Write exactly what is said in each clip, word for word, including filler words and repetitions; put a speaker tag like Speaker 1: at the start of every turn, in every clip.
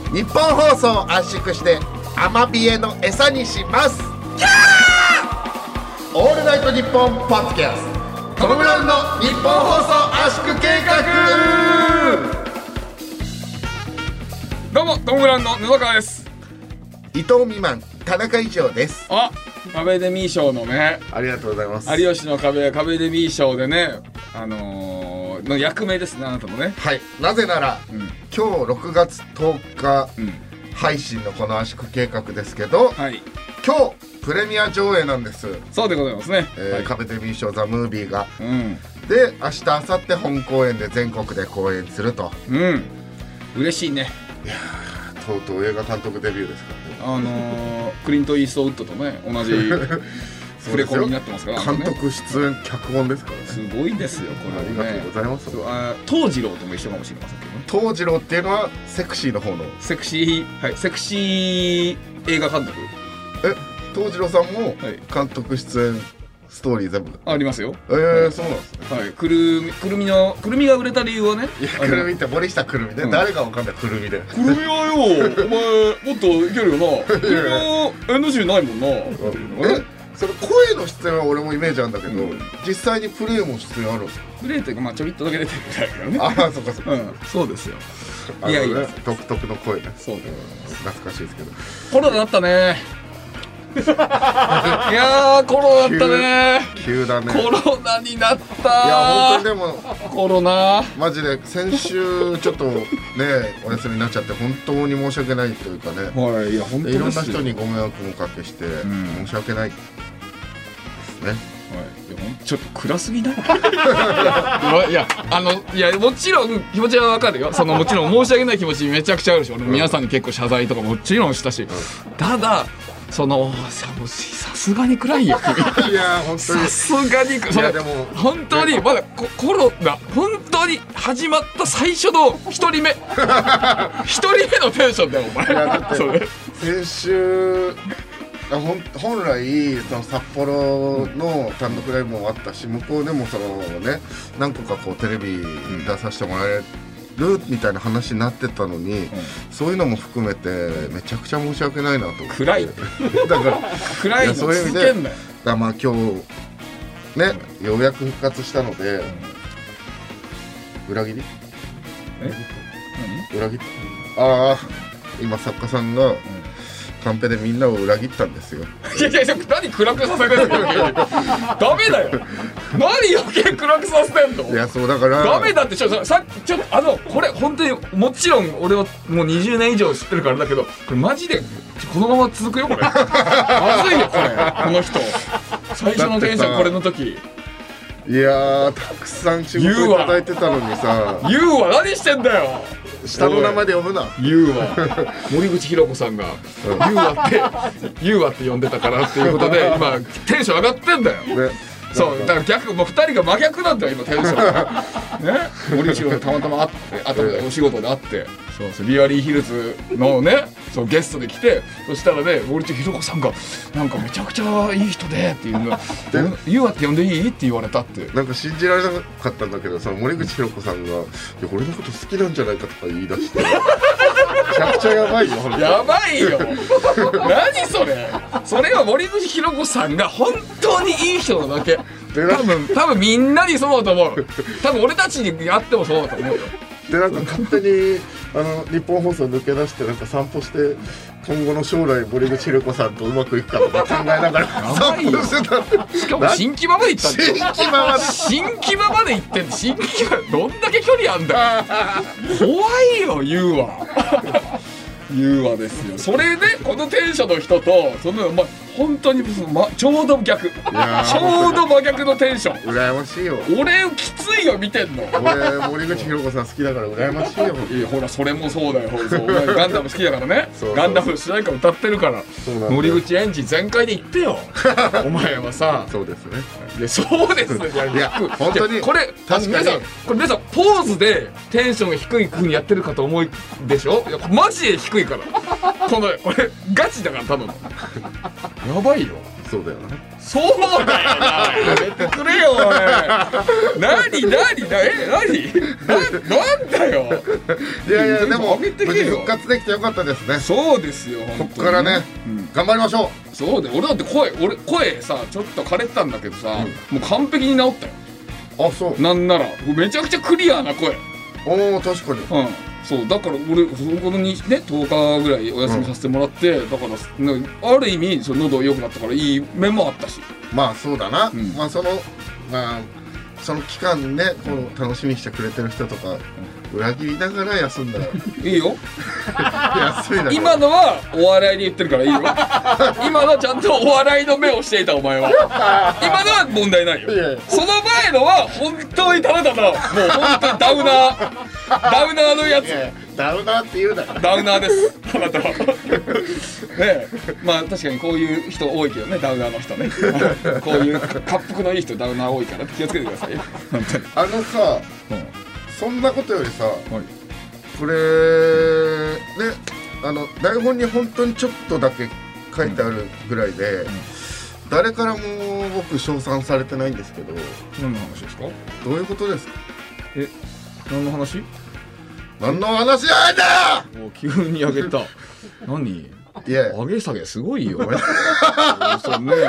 Speaker 1: 日本放送を圧縮してアマビエの餌にします。オールナイトニッポンポッドキャストトム・ブラウンの日本放送圧縮計画。
Speaker 2: どうもトム・ブラウンの布川です。
Speaker 1: 伊藤美満田中以上です。
Speaker 2: あ、カベデミー賞のね、
Speaker 1: ありがとうございます。
Speaker 2: 有吉の壁カベデミー賞でね、あのー、の役名ですね、あなたもね。
Speaker 1: はい、なぜなら、うん、今日ろくがつとおか、うん、配信のこの圧縮計画ですけど、はい、今日プレミア上映なんです。
Speaker 2: そうでございますね、
Speaker 1: えーはい、カベデミー賞ザ・ムービーが、
Speaker 2: うん、
Speaker 1: で明日明後日本公演で全国で公演すると。
Speaker 2: うん、嬉しいね。
Speaker 1: いやー、とうとう映画監督デビューですからね。
Speaker 2: あのー、クリント・イーストウッドとね同じ触れ込みになってますから、
Speaker 1: 監督出演脚本ですからね。
Speaker 2: すごいですよこれ、ね、
Speaker 1: ありがとうございます。
Speaker 2: あ、東次郎とも一緒かもしれませんけどね。
Speaker 1: 東次郎っていうのはセクシーの方の
Speaker 2: セクシー、はい、セクシー映画監督。
Speaker 1: え、東次郎さんも監督出演ストーリー全部
Speaker 2: ありますよ。
Speaker 1: えー、はい、そうなんですね。
Speaker 2: はい、くるみ、くるみのくるみが売れた理由はね。
Speaker 1: いや、くるみって森下くるみで、うん、誰がわかんないくるみで。
Speaker 2: くるみはよ、お前もっといけるよな。くるみは エヌジー ないもんな。
Speaker 1: え、それ声の出演は俺もイメージあるんだけど、うん、実際にプレーも出演あるんですか？
Speaker 2: プレーっていうか、まあちょびっとだけ出てるぐらいだからね。
Speaker 1: ああ、そっかそっか、うん、
Speaker 2: そうですよ。
Speaker 1: いやいや、独特の声ね。
Speaker 2: そうね、
Speaker 1: 懐かしいですけど。
Speaker 2: コロナだったね。いやー、コロナだったね。
Speaker 1: 急だね。
Speaker 2: コロナになった。
Speaker 1: いや、本当にでも
Speaker 2: コロナ
Speaker 1: マジで先週ちょっとねお休みになっちゃって本当に申し訳ないというかね、
Speaker 2: はい、いや本当ですよ。
Speaker 1: いろんな人にご迷惑もおかけして申し訳ないですね。はい、
Speaker 2: いやちょっと暗すぎない？いや、あの、いや、もちろん気持ちはわかるよ。そのもちろん申し訳ない気持ちめちゃくちゃあるし、俺皆さんに結構謝罪とかもちろんしたし、うん、ただそのさすがに暗いよ君。
Speaker 1: いや本当に
Speaker 2: さすがにそれでも本当にまだココロナ本当に始まった最初の一人目一人目のテンションだよお前。いやだって
Speaker 1: それ先週本来その札幌の単独ライブもあったし、向こうでもそのね何個かこうテレビに出させてもらえるみたいな話になってたのに、うん、そういうのも含めてめちゃくちゃ申し訳ないなと。
Speaker 2: 暗い
Speaker 1: だから
Speaker 2: 暗いの続けんなよ。だ
Speaker 1: からまあ今日ねようやく復活したので、うん、裏切り
Speaker 2: え
Speaker 1: 何裏切った。ああ今作家さんが、うん、カンペでみんなを裏切ったんですよ。
Speaker 2: いやいや、何暗くさせてんの？ダメだよ。何余計暗くさせてんの？
Speaker 1: いやそうだから
Speaker 2: ダメだってちょっとさちょっとあのこれ本当にもちろん俺はもうにじゅうねん以上知ってるからだけど、これマジでこのまま続くよこれ。まずいよこれこの人。最初のテンションこれの時。
Speaker 1: いやーたくさん仕事いただいてたのにさ。
Speaker 2: ユウは何してんだよ。
Speaker 1: 下の名前で呼ぶな。
Speaker 2: ユウは森口博子さんがユウはってユウはって呼んでたからっていうことで今テンション上がってんだよ、ね、そうだから逆もうふたりが真逆なんだよ今テンションね。森口博子たまたま会って後でお仕事で会ってそうそうリアリーヒルズのねそうゲストで来て、そしたらね森口博子さんがなんかめちゃくちゃいい人でっていうのユウはって呼んでいいって言われたって。
Speaker 1: なんか信じられなかったんだけど、その森口博子さんがいや俺のこと好きなんじゃないかとか言い出してめちゃくちゃやばいよ。
Speaker 2: やばいよ何それ。それは森口博子さんが本当にいい人なだけ。多分多分みんなにそうだと思う。多分俺たちに会ってもそうだと思うよ。
Speaker 1: でなんか勝手にあの日本放送抜け出してなんか散歩して今後の将来森口博子さんとうまくいくかとか考えながら散歩してた。
Speaker 2: しかも新木場まで行ったんだよ。
Speaker 1: 新木場まで
Speaker 2: 新木場まで行ってんの。新木場どんだけ距離あんだよ。怖いよユウは。ユウはですよ。それでこのテンションの人とそのま本当に、ま、ちょうど逆ちょうど真逆のテンション。
Speaker 1: 羨ましいよ。
Speaker 2: 俺きついよ見てんの。
Speaker 1: 俺森口博子さん好きだから羨ましいよ。
Speaker 2: いやほらそれもそうだよ。そうお前ガンダム好きだからね。そうガンダム主題歌歌ってるから森口エンジン全開で言ってよお前はさ。
Speaker 1: そうですね。
Speaker 2: いやそうですね。
Speaker 1: いや本当に
Speaker 2: これ確かにこれ皆さんポーズでテンションが低い風にやってるかと思うでしょ。いやマジで低いからこのこれガチだから多分やばいよ。
Speaker 1: そうだよな。
Speaker 2: そうだよな。やめてくれよおい。何何何え何ななんだよ。
Speaker 1: いやいやでも
Speaker 2: 無事
Speaker 1: 復活できてよかったですね。
Speaker 2: そうですよ。
Speaker 1: こっからね、うん、頑張りましょう。
Speaker 2: そうで俺だって声俺声さちょっと枯れてたんだけどさ、うん、もう完璧に治ったよ。
Speaker 1: あそうなん
Speaker 2: ならめちゃくちゃクリアな声。
Speaker 1: おお確かに、
Speaker 2: うん、そうだから俺そこにねとおかぐらいお休みさせてもらって、うん、だからある意味その喉良くなったからいい面もあったし。
Speaker 1: まあそうだな、うん、まあそのまあその期間ねこの楽しみにしてくれてる人とか、うん、裏切りながら休んだら
Speaker 2: いいよ。
Speaker 1: 休みだ
Speaker 2: 今のはお笑いに言ってるからいいよ。今のはちゃんとお笑いの目をしていたお前は。今のは問題ないよ。いやいやその前のは本当にただただもう本当にダウナーダウナーのやつ。いやいや
Speaker 1: ダウナーって言うなよ。
Speaker 2: ダウナーです。あなたは。ねえ、まあ確かにこういう人多いけどね、ダウナーの人ね。こういう滑腹のいい人ダウナー多いから気をつけてくださいよ。本当に。
Speaker 1: あのさ、うん、そんなことよりさ、はい、これね、あの台本に本当にちょっとだけ書いてあるぐらいで、うんうん、誰からも僕称賛されてないんですけど。
Speaker 2: 何の話ですか？
Speaker 1: どういうことですか？
Speaker 2: え、何の話？
Speaker 1: 何の話なんだよ！
Speaker 2: もう急に上げた。何？いや上げ下げすごいよ。そうね。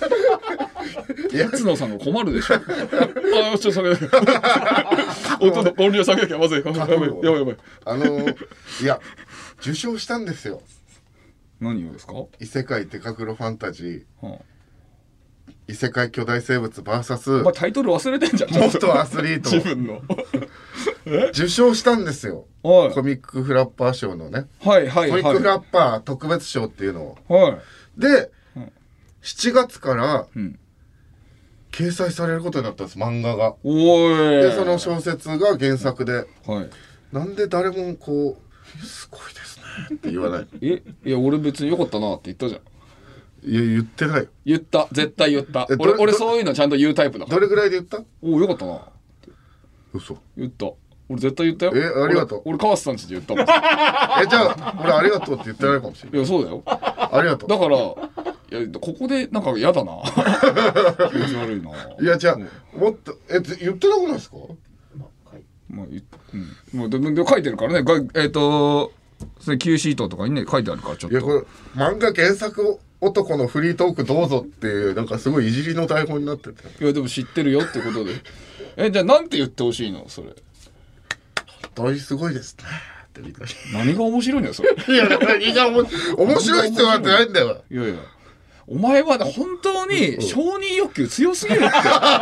Speaker 2: つのさんが困るでしょ。あ、ちょっと下げ。音の音量下げなきゃまずい。やばいやばい。
Speaker 1: あのいや受賞したんですよ。
Speaker 2: 何をですか？
Speaker 1: 異世界デカクロファンタジー。はあ、異世界巨大生物 ブイエス
Speaker 2: まあタイトル忘れてんじゃん。
Speaker 1: 元アスリート
Speaker 2: 自分の
Speaker 1: 受賞したんですよ。はい、コミックフラッパー賞のね。
Speaker 2: はいはいはい。
Speaker 1: コミックフラッパー特別賞っていうのを。
Speaker 2: はい。
Speaker 1: で、うん、しちがつから、うん、掲載されることになったんです漫画が。
Speaker 2: おーい。
Speaker 1: でその小説が原作で。
Speaker 2: はい。
Speaker 1: なんで誰もこうすごいですねって言わない。
Speaker 2: えいや俺別に良かったなって言ったじゃん。
Speaker 1: いや言ってない。
Speaker 2: 言った絶対言った。俺俺そういうのちゃんと言うタイプだから。
Speaker 1: どれぐらいで言った？
Speaker 2: おおよかったな。
Speaker 1: 嘘。
Speaker 2: 言った。俺絶対言ったよ。
Speaker 1: えありがとう。
Speaker 2: 俺川瀬さんちで言ったもん。え
Speaker 1: じゃあ俺ありがとうって言ってないかもしれない。
Speaker 2: いやそうだよ。
Speaker 1: ありがとう。
Speaker 2: だからいやここでなんか嫌だな。気持ち悪いな。
Speaker 1: いやじゃあもっとえ言ってなくないですか？
Speaker 2: まあうんもうでで書いてるからね。がえっ、ー、とそれ Q シートとかにね書いてあるからちょっと。
Speaker 1: いやこれ漫画原作男のフリートークどうぞっていうなんかすごいいじりの台本になってて。
Speaker 2: いやでも知ってるよってことで。えじゃあなんて言ってほしいのそれ。
Speaker 1: 本当にすごいですねってみたい
Speaker 2: な。何が面白いのよそれ。
Speaker 1: いや何が面白い必要なんてないんだよ。
Speaker 2: いやいやお前は本当に承認欲求強すぎるって。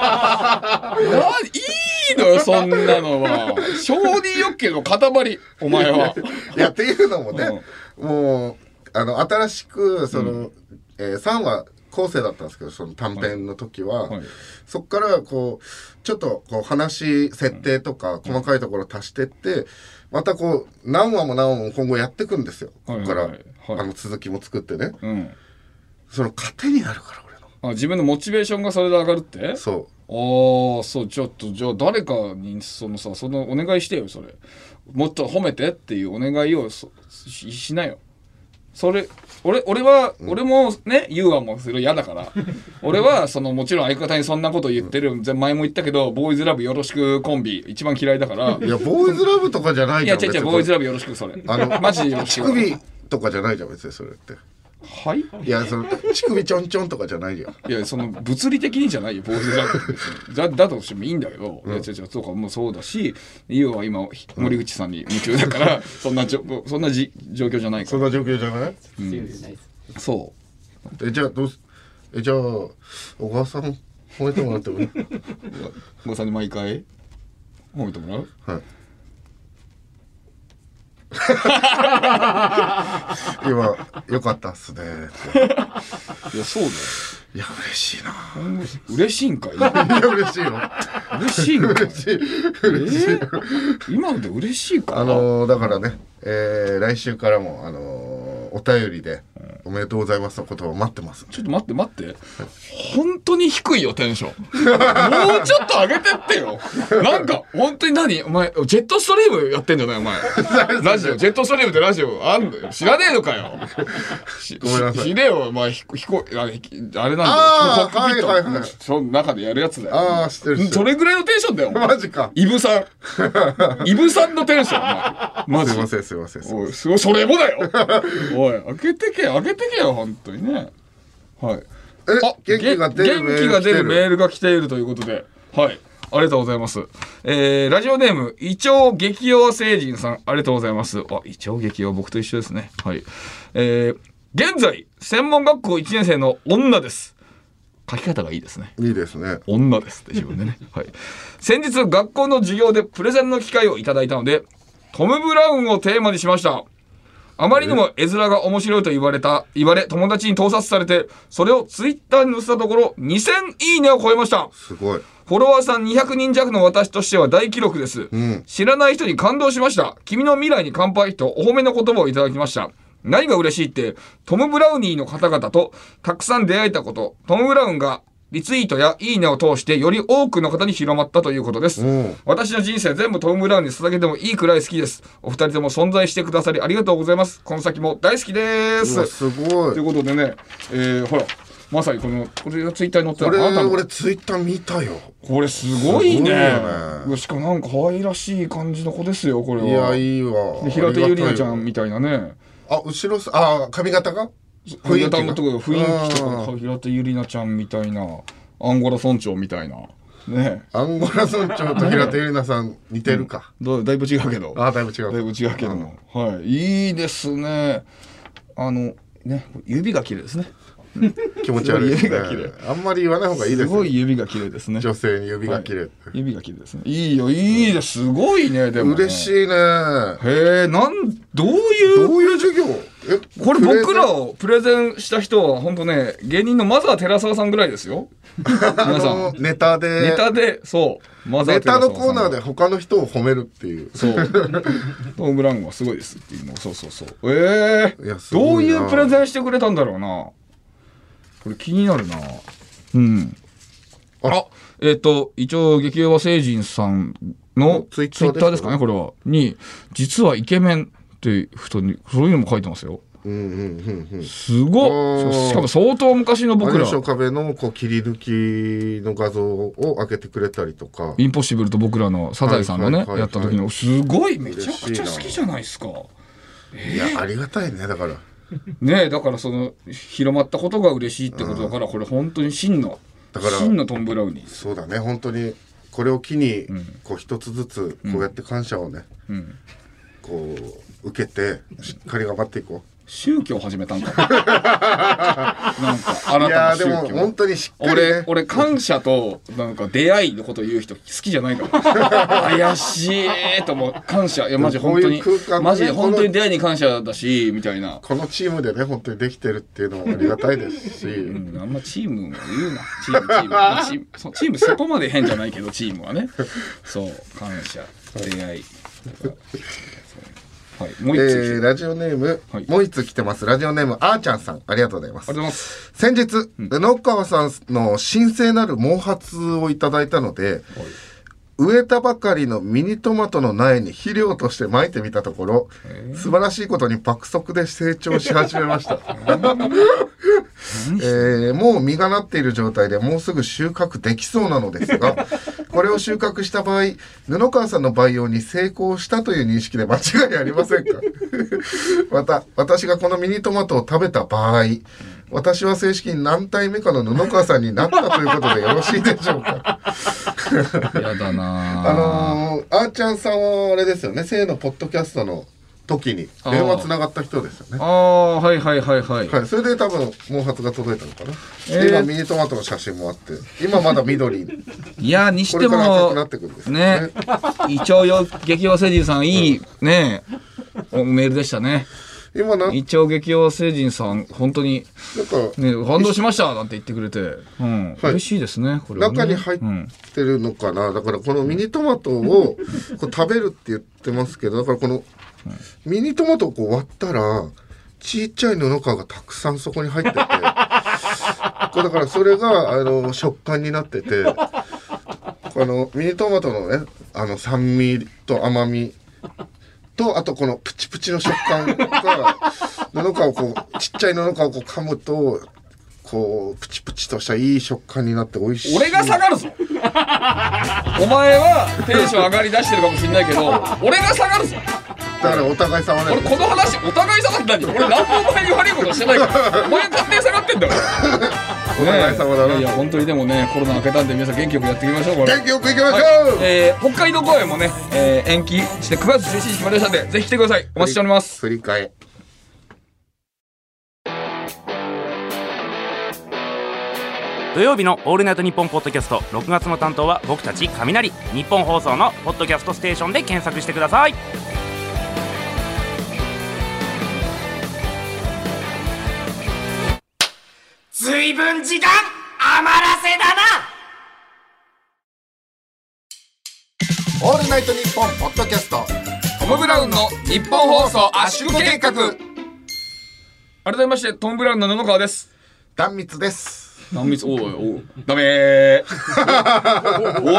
Speaker 2: いいのよそんなのは。承認欲求の塊お前は。
Speaker 1: いやっていうのもね、うん、もうあの新しくその、うんえー、さんわ構成だったんですけどその短編の時は、はいはい、そこからこうちょっとこう話設定とか細かいところ足してってまたこう何話も何話も今後やっていくんですよ。ここから、はいはい、あの続きも作ってね、うん、その糧になるから俺の
Speaker 2: あ自分のモチベーションがそれで上がるって。
Speaker 1: そう
Speaker 2: ああそうちょっとじゃあ誰かにそのさそのお願いしてよそれもっと褒めてっていうお願いを し, しなよそれ俺俺は、うん、俺もね言うわもそれ嫌だから俺はそのもちろん相方にそんなこと言ってる、うん、前も言ったけどボーイズラブよろしくコンビ一番嫌いだから
Speaker 1: いやボーイズラブとかじゃないじゃん。
Speaker 2: いや違う違うボーイズラブよろしくそれあのマジでよろしく
Speaker 1: 乳首とかじゃないじゃん別にそれって
Speaker 2: はい
Speaker 1: いやその乳首ちょんちょんとかじゃないじゃん。
Speaker 2: いやその物理的にじゃないよボーイズラブだ, だとしてもいいんだけど、うん、いや違う違うそうかもうそうだしユウは今森口さんに夢中だから、うん、そんなじょそんなじ状況じゃないから
Speaker 1: そんな状況じゃない、
Speaker 2: うん、そう
Speaker 1: えじゃあどうすえじゃあ小川さん褒めてもらってもいい小
Speaker 2: 川さんに毎回褒めてもらう
Speaker 1: はい今良かったっすね
Speaker 2: いやそうだよ
Speaker 1: いや嬉しいな
Speaker 2: 嬉しいんかいい
Speaker 1: や嬉しいよ
Speaker 2: 嬉しいんか
Speaker 1: 嬉しい嬉しい、え
Speaker 2: ー、今ので嬉しいか
Speaker 1: あのー、だからね、えー、来週からもあのー、お便りでおめでとうございますの言葉を待ってます。
Speaker 2: ちょっと待って待って。本当に低いよ、テンション。もうちょっと上げてってよ。なんか、本当に何お前、ジェットストリームやってんじゃないお前。ラジオ、ジェットストリームってラジオあんのよ。知らねえのかよ。
Speaker 1: ごめんなさい。
Speaker 2: 知れよ、お前、飛行、あれ、あれなんだよ。
Speaker 1: ああ、はいはいはい。
Speaker 2: その中でやるやつだよ。
Speaker 1: ああ、知ってる。
Speaker 2: それぐらいのテンションだよ。
Speaker 1: マジか。
Speaker 2: イブさん。イブさんのテンション。マジ。
Speaker 1: すいません、すいません。
Speaker 2: おい、すごい、それもだよ。おい、開けてけ、開けてけよ、本当にね。はい。
Speaker 1: え、元気が出るメール。
Speaker 2: 元気が出るメールが来ているということで。はい。ありがとうございます。えー、ラジオネーム、イチョウ激用星人さん、ありがとうございます。あ、イチョウ激用、僕と一緒ですね。はい。えー、現在、専門学校いちねん生の女です。書き方がいいですね。
Speaker 1: いいですね。
Speaker 2: 女ですって自分でね。はい。先日、学校の授業でプレゼンの機会をいただいたので、トム・ブラウンをテーマにしました。あまりにも絵面が面白いと言われた、言われ、友達に盗撮されて、それをツイッターに載せたところ、にせんいいねを超えました。
Speaker 1: すごい。
Speaker 2: フォロワーさんにひゃくにん弱の私としては大記録です。うん、知らない人に感動しました。君の未来に乾杯とお褒めの言葉をいただきました。何が嬉しいって、トム・ブラウニーの方々とたくさん出会えたこと、トム・ブラウンがリツイートやいいねを通してより多くの方に広まったということです。私の人生全部トム・ブラウンに捧げてもいいくらい好きです。お二人とも存在してくださりありがとうございます。この先も大好きです。
Speaker 1: すごい。
Speaker 2: ということでね、えー、ほらまさにこのこれがツイッターに載ってた。
Speaker 1: これ俺ツイッター見たよ。
Speaker 2: これすごいね。ねしかもなんか可愛らしい感じの子ですよこれは。
Speaker 1: いやいいわ。
Speaker 2: で平手友梨奈ちゃんみたいなね。
Speaker 1: あ後ろあ髪型が
Speaker 2: 雰囲気とか雰囲気とか平手友梨奈ちゃんみたいな。アンゴラ村長みたいなね。
Speaker 1: アンゴラ村長と平手友梨奈さん似てるか、
Speaker 2: うん、どだいぶ違うけど。
Speaker 1: あだいぶ違う
Speaker 2: だいぶ違うけども、うん、はいいいですね。あのね指が綺麗ですね。
Speaker 1: 気持ち悪いですね。指が綺麗。あんまり言わない方がいいですよ。
Speaker 2: すごい指が綺麗ですね。
Speaker 1: 女性に指が綺麗、はい、
Speaker 2: 指が綺麗ですね。いいよいいです。すごいね。でもね
Speaker 1: 嬉しいね。
Speaker 2: へえなんどういう
Speaker 1: どういう授業。
Speaker 2: えこれ僕らをプレゼンした人は本当ね芸人のマザー寺澤さんぐらいですよ。皆さん
Speaker 1: ネタで
Speaker 2: ネタでそう
Speaker 1: マザーネタのコーナーで他の人を褒めるっていう
Speaker 2: そうトム・ブラウンはすごいですっていうのそうそうそうええー、どういうプレゼンしてくれたんだろうなこれ気になるなうんああえっ、ー、と一応激弱星人さんのツイッターですかねこれはに実はイケメンって人にそういうのも書いてますよ。うんうんうんうん、すごっしかも相当昔の僕ら
Speaker 1: 有吉壁のこう切り抜きの画像を開けてくれたりとか
Speaker 2: インポッシブルと僕らのサザエさんのね、はいはいはいはい、やった時のすごいめちゃくちゃ好きじゃないですか。
Speaker 1: いやありがたいねだから
Speaker 2: ねだからその広まったことが嬉しいってことだから、うん、これ本当に真のだから真のトム・ブラウニー
Speaker 1: そうだね本当にこれを機にこう一つずつこうやって感謝をね、うんうん、こう受けてしっかり頑張っていこう。
Speaker 2: 宗教始めたんかなんかあなたの宗教。いやでも
Speaker 1: 本当にしっかり、ね、
Speaker 2: 俺俺感謝となんか出会いのことを言う人好きじゃないから怪しいと思う感謝いやマジ本当にこういう空間、ね、マジで本当に出会いに感謝だしみたいな
Speaker 1: このチームでね本当にできてるっていうのもありがたいですし、
Speaker 2: うん、あんまチームを言うなチームチーム、まあ、チームそチームそこまで変じゃないけどチームはねそう感謝出会いはい、もう一つ、
Speaker 1: えー、ラジオネーム、はい、もう一つ来てます。ラジオネームあーちゃんさんありがとうございます。
Speaker 2: ありがとうございます。
Speaker 1: 先日、うん、野川さんの神聖なる毛髪をいただいたので、はい、植えたばかりのミニトマトの苗に肥料として撒いてみたところ、えー、素晴らしいことに爆速で成長し始めました。えー、もう実がなっている状態でもうすぐ収穫できそうなのですがこれを収穫した場合布川さんの培養に成功したという認識で間違いありませんかまた私がこのミニトマトを食べた場合私は正式に何体目かの布川さんになったということでよろしいでしょうか
Speaker 2: やだな
Speaker 1: あのー、あーちゃんさんはあれですよねせーのポッドキャストの時に電話つながった人ですよね。
Speaker 2: ああはいはいはいはい、
Speaker 1: はい、それで多分毛髪が届いたのかな、えー、今ミニトマトの写真もあって今まだ緑
Speaker 2: いやにしてもこれから赤くなってくるんですね。ねイチョウよ激弱星人さんいい、うん、ねメールでしたね。今なイチョウ激弱星人さん本当になんか、ね、感動しましたなんて言ってくれて、うんはい、嬉しいですね。これはね
Speaker 1: 中に入ってるのかな、うん、だからこのミニトマトをこう食べるって言ってますけどだからこのミニトマトをこう割ったらちっちゃい布皮がたくさんそこに入っててこれだからそれがあの食感になっててあのミニトマトのねあの酸味と甘みとあとこのプチプチの食感が布皮をこうちっちゃい布皮をこう噛むとこうプチプチとしたいい食感になって美味しい。
Speaker 2: 俺が下がるぞお前はテンション上がりだしてるかもしれないけど俺が下がるぞ。
Speaker 1: だからお互い様だよ。
Speaker 2: 俺この話お互い様って何？俺何もお前に悪いことしてないからお前が勝手に下がってんだよ
Speaker 1: お互い様だな、
Speaker 2: ね、いや本当にでもねコロナ明けたんで皆さん元気よくやっていきましょう。これ
Speaker 1: 元気よくいきましょう、はい
Speaker 2: えー、北海道公演もね、えー、延期してくがつじゅうしちにち決まりましたんでぜひ来てください。お待ちしております。
Speaker 1: 振り替え
Speaker 3: 土曜日のオールナイトニッポンポッドキャストろくがつの担当は僕たち雷。日本放送のポッドキャストステーションで検索してください。ずいぶん時間余らせだ
Speaker 1: オールナイトニッポンポッドキャスト
Speaker 2: トム・ブラウンの日本放送圧縮計画。改めましてトム・ブラウンの布川です。
Speaker 1: 断蜜です。
Speaker 2: 断蜜おいおいダメーおい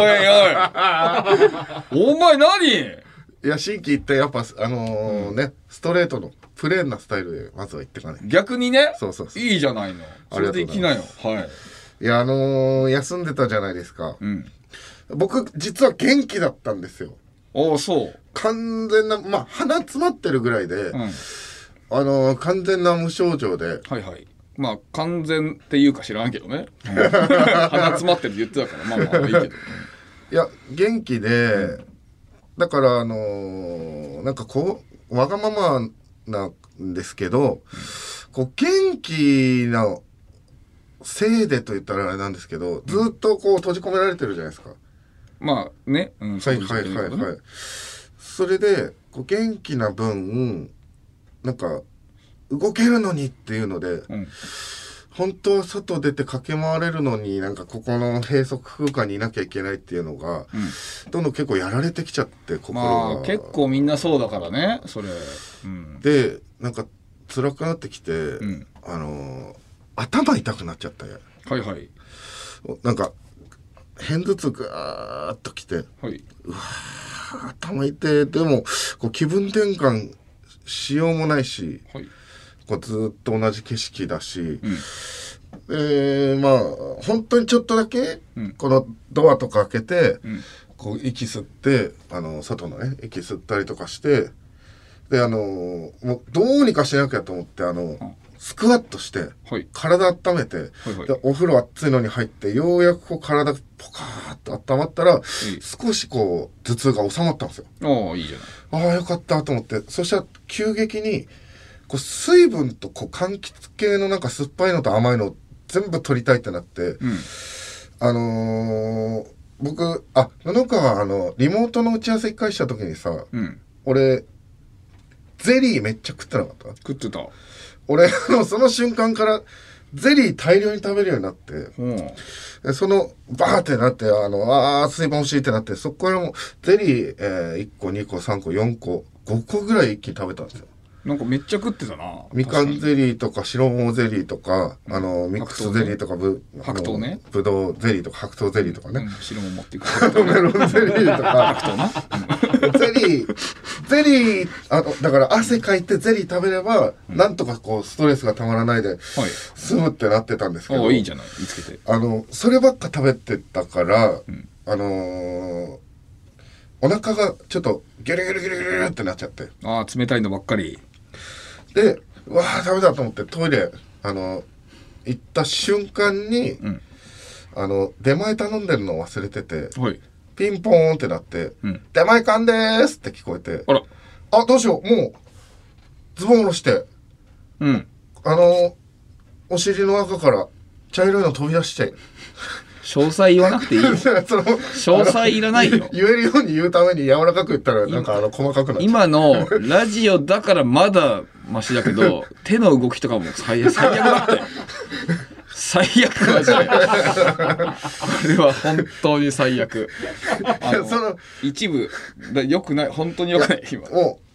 Speaker 2: おいお前何
Speaker 1: いや新規行ってやっぱあのーうん、ねストレートのプレーンなスタイルでまずは行ってかね。
Speaker 2: 逆にね
Speaker 1: そうそうそう
Speaker 2: いいじゃないの。それで行きなよ。はい
Speaker 1: いやあのー、休んでたじゃないですか、うん、僕実は元気だったんですよ。
Speaker 2: おおそう
Speaker 1: 完全なまあ鼻詰まってるぐらいで、うん、あのー、完全な無症状で
Speaker 2: はいはいまあ完全っていうか知らんけどね鼻詰まってるって言ってたからまあまあいいけど、ね、
Speaker 1: いや元気で、うん、だからあのー、なんかこうわがままなんですけど、うん、こう元気なせいでと言ったらあれなんですけど、ずっとこう閉じ込められてるじゃないですか。
Speaker 2: まあね、うん、
Speaker 1: はいはいはいはい。それでこう元気な分なんか動けるのにっていうので、うん、本当は外出て駆け回れるのになんかここの閉塞空間にいなきゃいけないっていうのが、うん、どんどん結構やられてきちゃって心が、
Speaker 2: まあ、結構みんなそうだからねそれ、
Speaker 1: うん、でなんか辛くなってきて、うん、あの頭痛くなっちゃったよ。
Speaker 2: はいはい
Speaker 1: なんか片頭痛ガーッときて、はい、うわ頭痛い。でもこう気分転換しようもないし、はい、こうずっと同じ景色だし、うん、えー、まあ本当にちょっとだけ、うん、このドアとか開けて、うん、こう息吸ってあの外のね息吸ったりとかしてであのもうどうにかしなきゃと思ってあの、うんスクワットして、はい、体温めて、はいはい、でお風呂熱いのに入ってようやくこう体がポカーッと温まったら、いい少しこう頭痛が収まったんですよ。
Speaker 2: ああいいじゃない。
Speaker 1: ああよかったと思ってそしたら急激にこう水分とこう柑橘系のなんか酸っぱいのと甘いのを全部取りたいってなって、うん、あのー、僕あ布川あのリモートの打ち合わせ一回した時にさ、うん、俺ゼリーめっちゃ食ってなかった？
Speaker 2: 食ってた。
Speaker 1: 俺のその瞬間からゼリー大量に食べるようになって、うん、そのバーってなってあのあー水分欲しいってなってそこからもうゼリー、えー、いっこにこさんこよんこごこぐらい一気に食べたんですよ。
Speaker 2: なんかめっちゃ食ってたな。
Speaker 1: みかんゼリーとか白桃ゼリーとか、うん、あのミックスゼリーとかぶ
Speaker 2: 白桃ね
Speaker 1: ぶどうゼリーとか白桃ゼリーとかね、
Speaker 2: うん、白桃っていうか
Speaker 1: メロンゼリーとか
Speaker 2: 白桃な
Speaker 1: ゼリーゼリーあのだから汗かいてゼリー食べれば、うん、なんとかこうストレスがたまらないで済むってなってたんですけど、
Speaker 2: はい、いいじゃない見つけて
Speaker 1: あのそればっか食べてたから、うん、あのー、お腹がちょっとギュルギュルギュルギュルってなっちゃって
Speaker 2: あー冷たいのばっかり
Speaker 1: でうわーダメだと思ってトイレあの行った瞬間に、うん、あの出前頼んでるの忘れてて、はい、ピンポーンってなって、うん、出前缶でーすって聞こえて
Speaker 2: あら
Speaker 1: あどうしようもうズボン下ろして、うん、あのお尻の中から茶色いの飛び出しちゃい
Speaker 2: 詳細言わなくていいよその詳細いらないよ
Speaker 1: 言えるように言うために柔らかく言ったらなんかあの細かくなっちゃう
Speaker 2: 今のラジオだからまだマシだけど手の動きとかも最悪、最悪だったよ最悪マジでこれは本当に最悪あのその一部だよくない本当によくない今
Speaker 1: も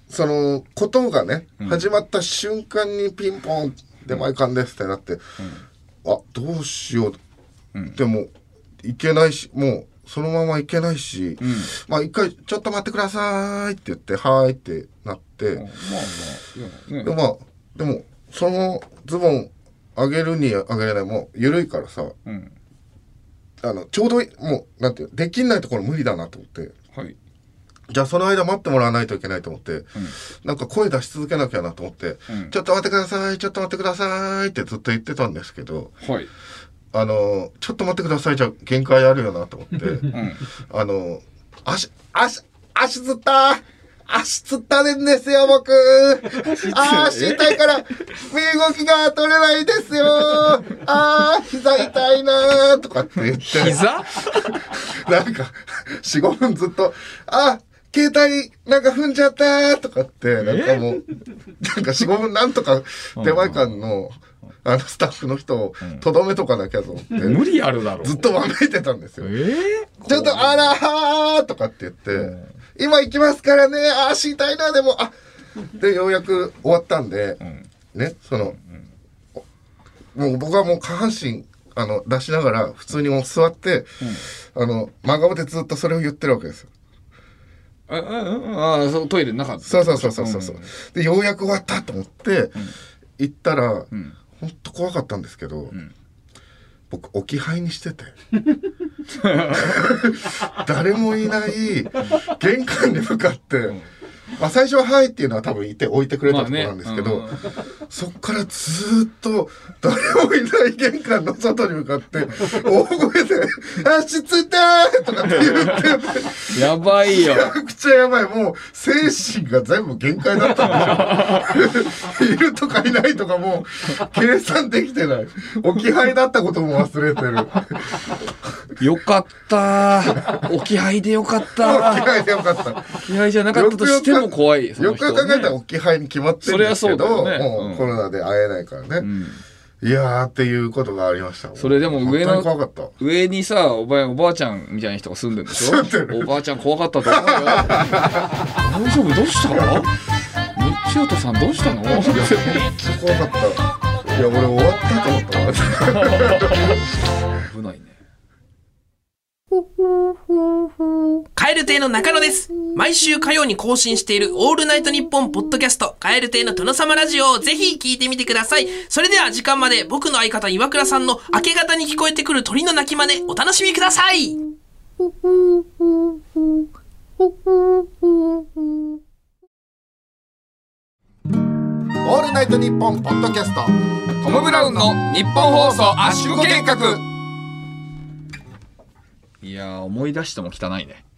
Speaker 1: そのことがね、
Speaker 2: うん、
Speaker 1: 始まった瞬間にピンポン出前館ですってなって、うん、あどうしよう、うん、でもいけないしもうそのままいけないし、うん、まあ一回ちょっと待ってくださいって言ってはーいってなって、まあまあ、ね、でまあでもそのズボン上げるに上げれないもう緩いからさ、うん、あのちょうどもうなんていうできないところ無理だなと思って、はい、じゃあその間待ってもらわないといけないと思って、うん、なんか声出し続けなきゃなと思って、うん、ちょっと待ってくださいちょっと待ってくださいってずっと言ってたんですけど、はい、あのちょっと待ってくださいじゃ限界あるよなと思って、うん、あの足足足つった足つったんですよ僕足痛いから身動きが取れないですよあー膝痛いなとかって言って
Speaker 2: 膝
Speaker 1: なんか よん,ご 分ずっとあ携帯なんか踏んじゃったとかってなんかもうなんか よん,ご 分なんとか出前館のあのスタッフの人をとどめとかなきゃと思って、
Speaker 2: うん、無理あるだろ
Speaker 1: ずっとわめいてたんですよ、
Speaker 2: えー、
Speaker 1: ちょっとあらはーとかって言って、うん、今行きますからね足痛いなでもあでようやく終わったんで、うん、ねその、うん、もう僕はもう下半身あの出しながら普通にもう座って、うん、あの真顔でずっとそれを言ってるわけですよ。
Speaker 2: あああそうトイレの中
Speaker 1: そうそうそうそうそう、うん、でようやく終わったと思って、うん、行ったら、うんほんと怖かったんですけど、うん、僕置き配にしてて誰もいない玄関に向かって、うんまあ、最初ははいっていうのは多分いて置いてくれたところなんですけど、まあねうん、そっからずっと誰もいない玄関の外に向かって大声で「足ついたー!」とかって言って
Speaker 2: やばいよ
Speaker 1: めちゃくちゃやばいもう精神が全部限界だったんですよいるとかいないとかもう計算できてない置き配だったことも忘れてる
Speaker 2: よかった置き配でよかった
Speaker 1: 置き配でよかった
Speaker 2: 置き配じゃなかったとしても怖い
Speaker 1: よく考えたら置き配に決まってるんですけど、ね、もうコロナで会えないからね、うん、いやーっていうことがありました。
Speaker 2: それでも上の上にさおばあ、おばあちゃんみたいな人が住んでるんでしょおばあちゃん怖かったと思うよ大丈夫どうしたの千代田さんどうしたのめっちゃ
Speaker 1: 怖かったいや俺終わったと思った
Speaker 2: 危ないね
Speaker 4: 蛙亭の中野です。毎週火曜に更新しているオールナイトニッポンポッドキャスト蛙亭の殿様ラジオをぜひ聞いてみてください。それでは時間まで僕の相方岩倉さんの明け方に聞こえてくる鳥の鳴き真似お楽しみください。オ
Speaker 1: ールナイトニッポンポッドキャスト
Speaker 2: トム・ブラウンの日本放送圧縮計画。いやー思い出しても汚いね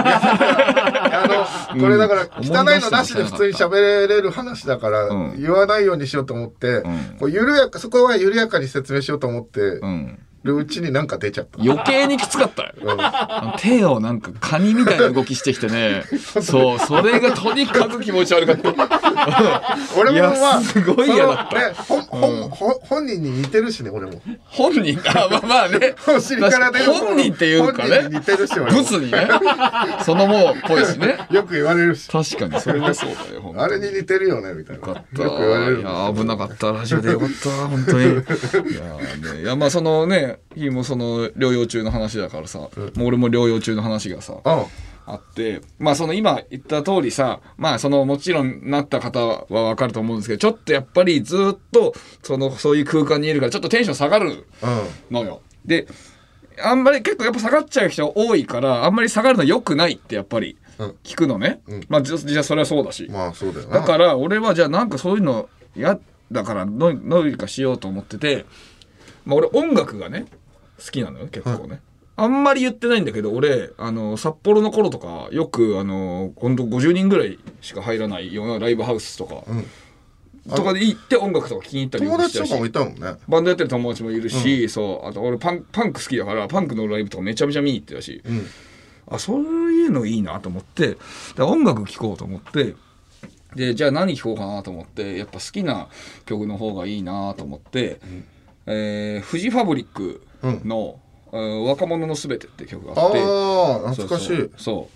Speaker 1: あのこれだから汚いのなしで普通に喋れる話だから言わないようにしようと思って、うん、こう緩やかそこは緩やかに説明しようと思って、うんるうちになんか出ちゃった。
Speaker 2: 余計にきつかったよ、うん、手をなんかカニみたいな動きしてきてねそうそれがとにかく気持ち悪かった
Speaker 1: 俺もまあ
Speaker 2: すごい嫌だった、
Speaker 1: ね、ほ、うん、本人に似てるしね俺も
Speaker 2: 本人あまあまあね
Speaker 1: お尻から出る
Speaker 2: 本人っていうかね
Speaker 1: 似てるし俺
Speaker 2: ブスにねそのもうぽいしね
Speaker 1: よく言われるし
Speaker 2: 確かにそれはそうだよ
Speaker 1: あれに似てるよねみたいな
Speaker 2: よかったよく言われるいや危なかったラジオでよかった本当にいや、ね、いやまあそのね君もその療養中の話だからさ、うん、もう俺も療養中の話がさ、うん、あってまあその今言った通りさまあそのもちろんなった方は分かると思うんですけどちょっとやっぱりずっとそのそういう空間にいるからちょっとテンション下がるのよ、うん、であんまり結構やっぱ下がっちゃう人多いからあんまり下がるの良くないってやっぱり聞くのね、うん、まあじゃあそれはそうだし、
Speaker 1: まあそうだよな。
Speaker 2: だから俺はじゃあなんかそういうのやだからどうにかしようと思っててまあ俺音楽がね好きなのよ結構ね、はい、あんまり言ってないんだけど俺あの札幌の頃とかよくあのほんとごじゅうにんぐらいしか入らないようなライブハウスとか、うん、とかで行って音楽とか聴きに行ったり
Speaker 1: もしたし友達とかもいたもんね
Speaker 2: バンドやってる友達もいるし、うん、そうあと俺パン、パンク好きだからパンクのライブとかめちゃめちゃ見に行ってたし、うん、あそういうのいいなと思ってで音楽聴こうと思ってでじゃあ何聴こうかなと思ってやっぱ好きな曲の方がいいなと思って、うんえー、フジファブリックの、うん、若者のすべてって曲があって
Speaker 1: ああ懐かしい
Speaker 2: そう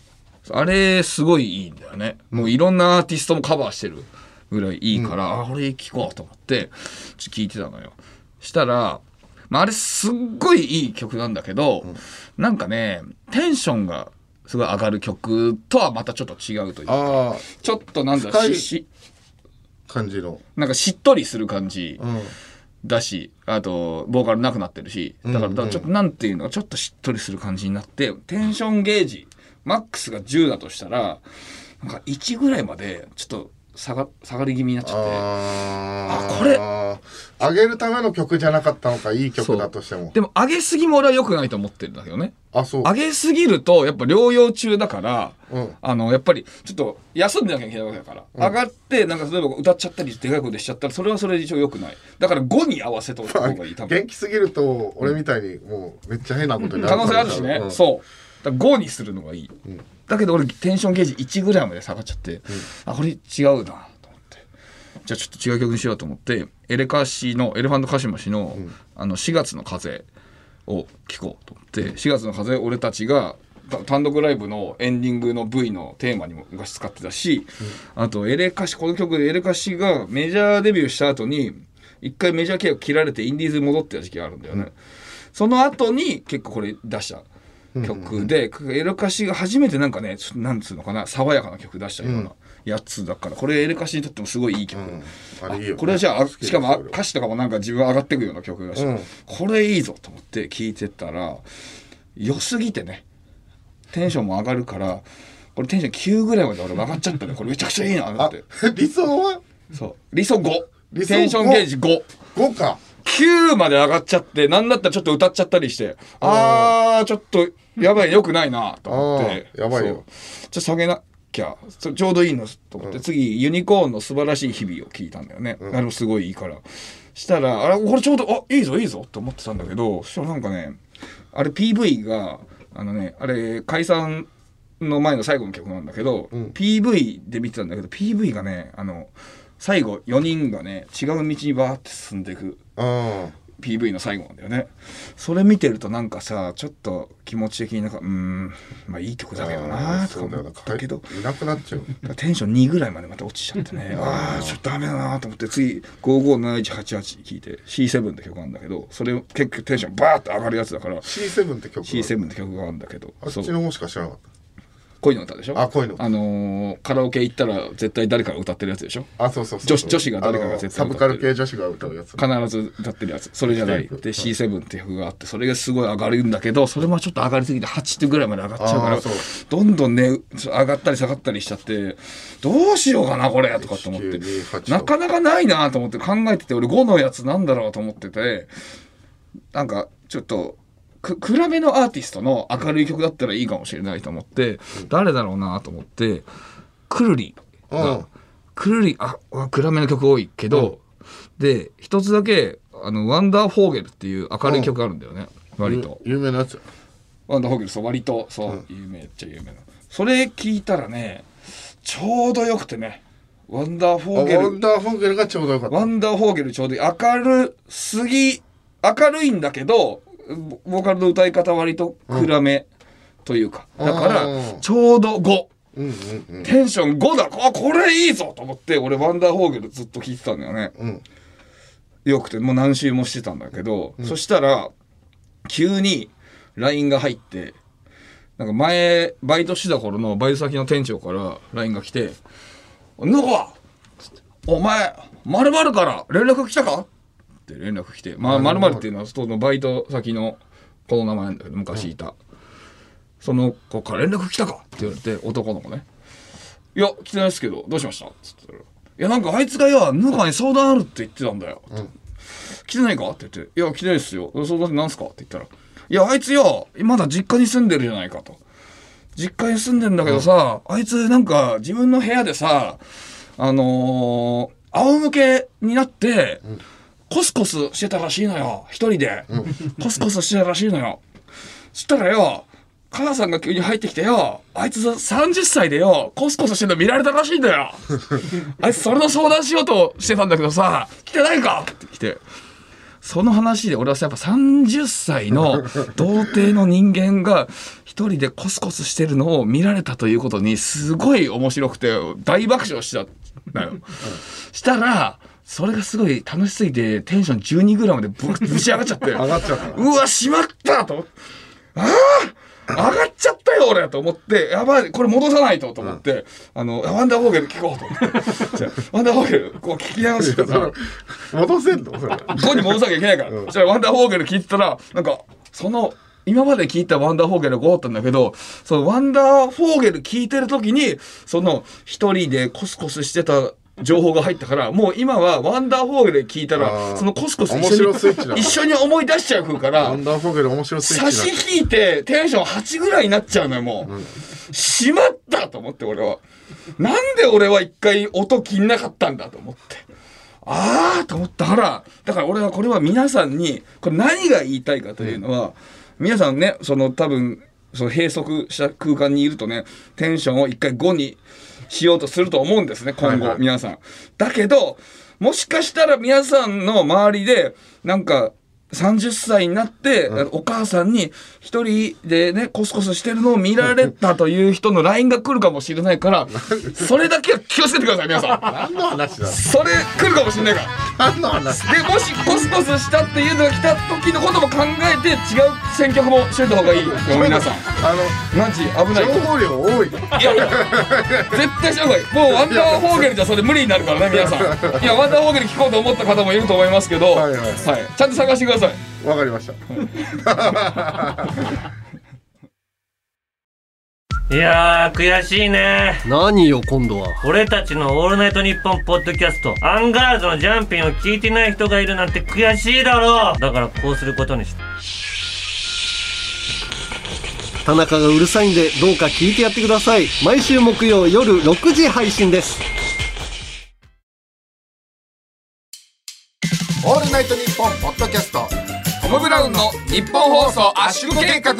Speaker 2: あれすごいいいんだよね。もういろんなアーティストもカバーしてるぐらいいいから、うん、あれ聴こうと思ってちょっと聞いてたのよ。したら、まあ、あれすっごいいい曲なんだけど、うん、なんかねテンションがすごい上がる曲とはまたちょっと違うというか、あちょっとなんだろうし
Speaker 1: 感じの
Speaker 2: なんかしっとりする感じ、うんだし、あとボーカルなくなってるし、だからちょっとなんていうのちょっとしっとりする感じになって、テンションゲージマックスがじゅうだとしたらなんかいちぐらいまでちょっと下が下がり気味になっちゃって、ああこれ
Speaker 1: 上げるための曲じゃなかったのか、いい曲だとしても。
Speaker 2: でも上げすぎも俺は良くないと思ってるんだけどね。
Speaker 1: あ、そう。
Speaker 2: 上げすぎるとやっぱ療養中だから、うん、あのやっぱりちょっと休んでなきゃいけないわけだから、うん、上がってなんか例えば歌っちゃったりでかい声でしちゃったらそれはそれで一応良くない。だからごに合わせといた方がいい。多分
Speaker 1: 元気すぎると俺みたいにもうめっちゃ変なことになる
Speaker 2: 可能性あるしね、うん、そうだからごにするのがいい、うん、だけど俺テンションゲージいちぐらいまで下がっちゃって、うん、あこれ違うなじゃあちょっと違う曲にしようと思ってエレカシのエレファントカシマシの、うん、あのしがつの風を聴こうと思ってしがつの風俺たちが単独ライブのエンディングの ブイ のテーマにも昔使ってたし、うん、あとエレカシこの曲でエレカシがメジャーデビューした後に一回メジャー契約切られてインディーズに戻ってた時期があるんだよね、うん、その後に結構これ出した曲で、うんうんうん、エレカシが初めてなんかねなんつうのかな爽やかな曲出したような、うんやつだからこれエレカシにとってもすごいいい曲、うん、あれいいよね、これはじゃあしかも歌詞とかもなんか自分上がってくような曲だし、うん、これいいぞと思って聴いてたら良すぎてねテンションも上がるからこれテンションきゅうぐらいまで俺上がっちゃったねこれめちゃくちゃいいなって
Speaker 1: 理想は
Speaker 2: そう理想ごテンションゲージご
Speaker 1: ごか
Speaker 2: きゅうまで上がっちゃってなんだったらちょっと歌っちゃったりしてあーちょっとやばいよくないなと思って
Speaker 1: やばいよちょ
Speaker 2: っと下げなちょうどいいのと思って、うん、次ユニコーンの素晴らしい日々を聞いたんだよね、うん、あれもすごいいいからしたらあれこれちょうどあいいぞいいぞと思ってたんだけどそしたらなんかねあれ ピーブイ があのねあれ解散の前の最後の曲なんだけど、うん、ピーブイ で見てたんだけど ピーブイ がねあの最後よにんがね違う道にバーって進んでいくピーブイ の最後なんだよね。それ見てるとなんかさちょっと気持ち的になんかうーんまあいい曲だけどなとか思ったけど
Speaker 1: いなくなっちゃう
Speaker 2: テンションにぐらいまでまた落ちちゃってねああちょっとダメだなと思って次ごーごーなないちはちはち聞いて シーセブン って曲なんだけどそれ結構テンションバーって上がるやつだから
Speaker 1: シーセブン って曲
Speaker 2: シーセブン って曲があるんだけど
Speaker 1: あっちの方しか知らなかった
Speaker 2: 恋の歌でしょ。
Speaker 1: あ恋の
Speaker 2: あのー、カラオケ行ったら絶対誰かが歌ってるやつでしょ。
Speaker 1: あそうそうそう
Speaker 2: 女子女子が誰かが絶対
Speaker 1: 歌ってるサブカル系女子が歌うやつ
Speaker 2: 必ず歌ってるやつそれじゃないで シーセブン って曲があってそれがすごい上がるんだけどそれもちょっと上がりすぎてはちぐらいまで上がっちゃうからどんどんね上がったり下がったりしちゃってどうしようかなこれとかと思ってなかなかないなと思って考えてて俺ごのやつなんだろうと思っててなんかちょっとく暗めのアーティストの明るい曲だったらいいかもしれないと思って、うん、誰だろうなと思ってくるりがくるりあ暗めの曲多いけど、うん、で一つだけあのワンダーフォーゲルっていう明るい曲があるんだよね、うん、割と
Speaker 1: 有名なやつ
Speaker 2: ワンダーフォーゲルそう割とそう、うん、有名っちゃ有名なそれ聞いたらねちょうどよくてねワンダーフォーゲル
Speaker 1: ワンダーフォーゲルがちょうどよかった
Speaker 2: ワンダーフォーゲルちょうどいい明るすぎ明るいんだけどボーカルの歌い方割と暗めというか、うん、だからちょうどご、うんうんうん、テンションごだあこれいいぞと思って俺ワンダーフォーゲルずっと聴いてたんだよね、うん、よくてもう何周もしてたんだけど、うん、そしたら急に ライン が入ってなんか前バイトしてた頃のバイト先の店長から ライン が来て「なんかお前〇〇から連絡来たか?」って連絡来て、まあ、〇〇っていうのはそのバイト先の子の名前なんだけど昔いた、うん、その子から連絡来たかって言われて男の子ねいや来てないですけどどうしましたっつったらいやなんかあいつがよなんかに相談あるって言ってたんだよ、うん、来てないかって言っていや来てないですよ相談ってなんすかって言ったらいやあいつよまだ実家に住んでるじゃないかと実家に住んでるんだけどさ、うん、あいつなんか自分の部屋でさあのー、仰向けになって、うんコスコスしてたらしいのよ一人で、うん、コスコスしてたらしいのよそしたらよ母さんが急に入ってきてよあいつさんじゅっさいでよコスコスしてるの見られたらしいんだよあいつそれの相談しようとしてたんだけどさ来てないかって来てその話で俺はやっぱさんじゅっさいの童貞の人間が一人でコスコスしてるのを見られたということにすごい面白くて大爆笑したのよ。したらそれがすごい楽しすぎてテンションじゅうにグラムでぶぶち上がっちゃって
Speaker 1: 上がっちゃった。
Speaker 2: うわしまったと思って、ああ上がっちゃったよ俺と思って、やばいこれ戻さないとと思って、うん、あのワンダーフォーゲル聞こうと思ってじゃワンダーフォーゲルこう聞き直してさ
Speaker 1: 戻せんのそれ
Speaker 2: ごに戻さなきゃいけないから、うん、そしたらワンダーフォーゲル聞いてたらなんかその今まで聞いたワンダーフォーゲルがごだったんだけど、そのワンダーフォーゲル聞いてる時にその一人でコスコスしてた情報が入ったから、もう今はワンダーフォーゲル聞いたらそのコスコス一緒に一緒に思い出しちゃうから、
Speaker 1: ワンダーフォーゲル面白スイッチだ。
Speaker 2: 差し引いてテンションはちぐらいになっちゃうのよもう、うん、しまったと思って俺はなんで俺は一回音切んなかったんだと思って、あーと思ったから、だから俺はこれは皆さんにこれ何が言いたいかというのは、うん、皆さんねその多分その閉塞した空間にいるとねテンションを一回ごにしようとすると思うんですね今後、はいはい、皆さんだけどもしかしたら皆さんの周りでなんかさんじゅっさいになって、うん、お母さんに一人でねコスコスしてるのを見られたという人の ライン が来るかもしれないからそれだけは気をつけてください皆さん。
Speaker 1: 何の話だ
Speaker 2: それ来るかもしれないから
Speaker 1: 何の話
Speaker 2: で、もしコスコスしたっていうのが来た時のことも考えて違う選曲もしといた方がいいよ皆さん。あのマジ危ない
Speaker 1: 情報量多い。
Speaker 2: いやいや絶対した方がいい。もうワンダーフォーゲルじゃそれ無理になるからね皆さん。いやワンダーフォーゲル聞こうと思った方もいると思いますけど、はいはいはい、ちゃんと探してください。
Speaker 1: わかりました
Speaker 5: いやー悔しいね。
Speaker 6: 何よ今度は。
Speaker 5: 俺たちのオールナイトニッポンポッドキャストアンガールズのジャンピンを聞いてない人がいるなんて悔しいだろう。だからこうすることにした。
Speaker 6: 田中がうるさいんでどうか聞いてやってください。毎週木曜夜ろくじ配信です。
Speaker 1: オールナイトニッポンポッドキャスト
Speaker 2: トム・ブラウンの日本放送圧縮計画。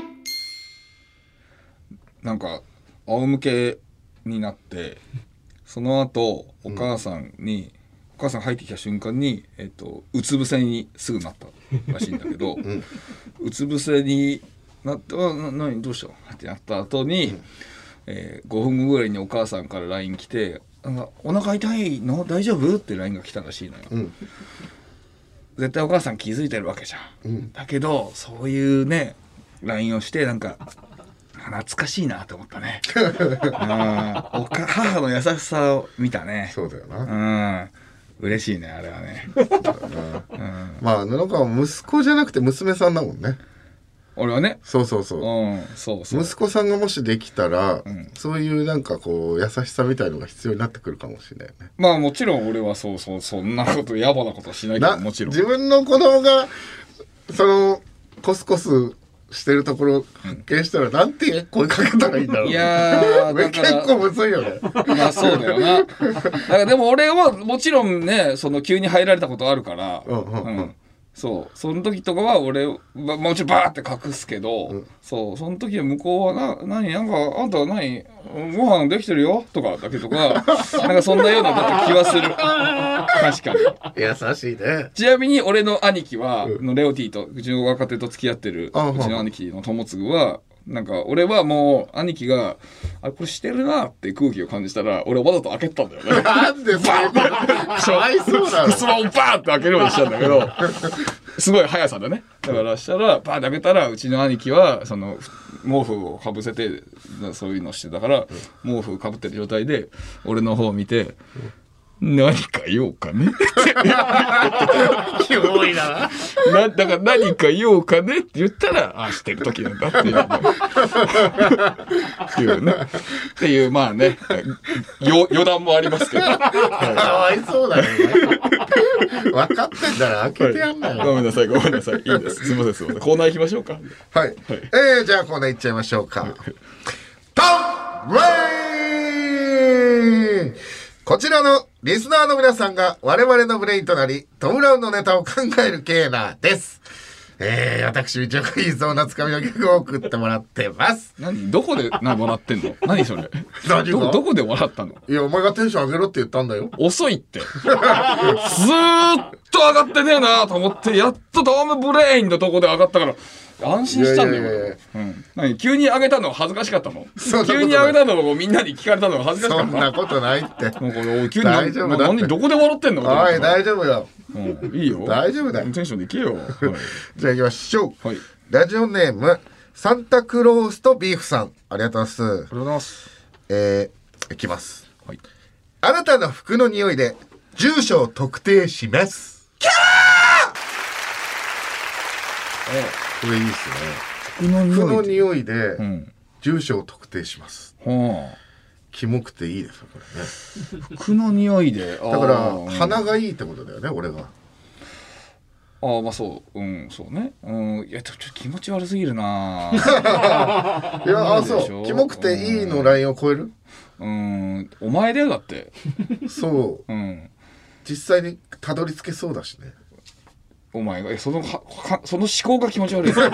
Speaker 2: なんか仰向けになってその後お母さんに、うん、お母さん入ってきた瞬間に、えっと、うつ伏せにすぐなったらしいんだけど、うん、うつ伏せになってあな何どうしたってなった後に、うんえー、ごふんごぐらいにお母さんから ライン 来てなんかお腹痛いの大丈夫って ライン が来たらしいのよ、うん、絶対お母さん気づいてるわけじゃん、うん、だけどそういうね ライン をしてなんか懐かしいなと思ったねおか母の優しさを見たね。
Speaker 1: そうだよな、
Speaker 2: うん、嬉しいねあれはね
Speaker 1: うん、まあ布川は息子じゃなくて娘さんだもんね
Speaker 2: 俺はね。
Speaker 1: そうそうそう、うん、そうそう息子さんがもしできたら、うん、そういうなんかこう優しさみたいのが必要になってくるかもしれないよね。
Speaker 2: まあもちろん俺はそうそうそんなこと野暮なことはしないけどもちろん
Speaker 1: 自分の子供がそのコスコスしてるところ発見したらなんて声かけたらいいんだろう。
Speaker 2: いやー
Speaker 1: 結構むずいよね。
Speaker 2: まあそうだよな。だからでも俺はもちろんねその急に入られたことあるから、うんうんうんうんそうその時とかは俺はもちろんバーって隠すけど、うん、そうその時は向こうはな何なんかあんたは何ご飯できてるよとかだけとかなんかそんなようなだった気はする確かに
Speaker 1: 優しいね。
Speaker 2: ちなみに俺の兄貴は、うん、のレオティとうちの若手と付き合ってるうちの兄貴の友次はなんか俺はもう兄貴があれこれしてるなって空気を感じたら俺わざと開けたんだよね。
Speaker 1: なんでそれかわいそうだろ。
Speaker 2: スマホバーって開けるようにしたんだけどすごい速さでね。だからしたらバーって開けたらうちの兄貴はその毛布をかぶせてそういうのしてたから毛布かぶってる状態で俺の方を見て何か用かね
Speaker 1: キモいな。
Speaker 2: なだから何か用かねって言ったらああしてる時なんだっていうっていうねっていうまあねよ余談もありますけどか
Speaker 1: わいそうだよね。分かってんだら開けてやんないよ。
Speaker 2: ごめんなさいごめんなさいいいですすみませんすみませんコーナー行きましょうか。はい、
Speaker 1: はい、えー、じゃあコーナー行っちゃいましょうか。トム・ブレイン。こちらのリスナーの皆さんが我々のブレインとなりトム・ブラウンのネタを考えるコーナーです。 えー、私道岡言いそうなつかみの曲を送ってもらってます。
Speaker 2: 何どこでな笑ってんの？何それ？
Speaker 1: 何が
Speaker 2: どどこで笑ったの？
Speaker 1: いや、お前がテンション上げろって言ったんだよ。
Speaker 2: 遅いって。ずーっと上がってねえなと思って、やっとドームブレインのとこで上がったから安心したんだよ。
Speaker 1: いやいやいや、
Speaker 2: うん、何急に上げたの恥ずかしかったの？急に
Speaker 1: 上
Speaker 2: 上げたのをみんなに聞かれたのが恥ずかしかった。
Speaker 1: そんなことないって。
Speaker 2: なんか急に
Speaker 1: 大丈夫だって。
Speaker 2: 何どこで笑ってんの？
Speaker 1: おい、大丈夫よ。
Speaker 2: うん、いいよ。
Speaker 1: 大丈夫だよ。
Speaker 2: テンションでいけよ。はい、
Speaker 1: じゃあ行きましょう。
Speaker 2: はい、
Speaker 1: ラジオネームサンタクロースとビーフさん、ありがとうございます。
Speaker 2: ありがとうございます。
Speaker 1: えー、いきます。はい、あなたの服の匂いで住所を特定します。キャー。これいいっすね。
Speaker 2: 服の匂いで、
Speaker 1: 服の匂いで
Speaker 2: うん
Speaker 1: 住所を特定します。
Speaker 2: はあ、
Speaker 1: キモくていいですよこれね。
Speaker 2: 服の匂いで、
Speaker 1: だから鼻がいいってことだよね、俺が。
Speaker 2: ああ、まあそう、うん、そうね。うん、いや、ちょっと気持ち悪すぎるな。
Speaker 1: いや、あ、そう。キモくていいのラインを超える？
Speaker 2: うん、お前だよだって。
Speaker 1: そう。
Speaker 2: うん。
Speaker 1: 実際にたどり着けそうだしね。
Speaker 2: お前がそのははその思考が気持ち悪い。服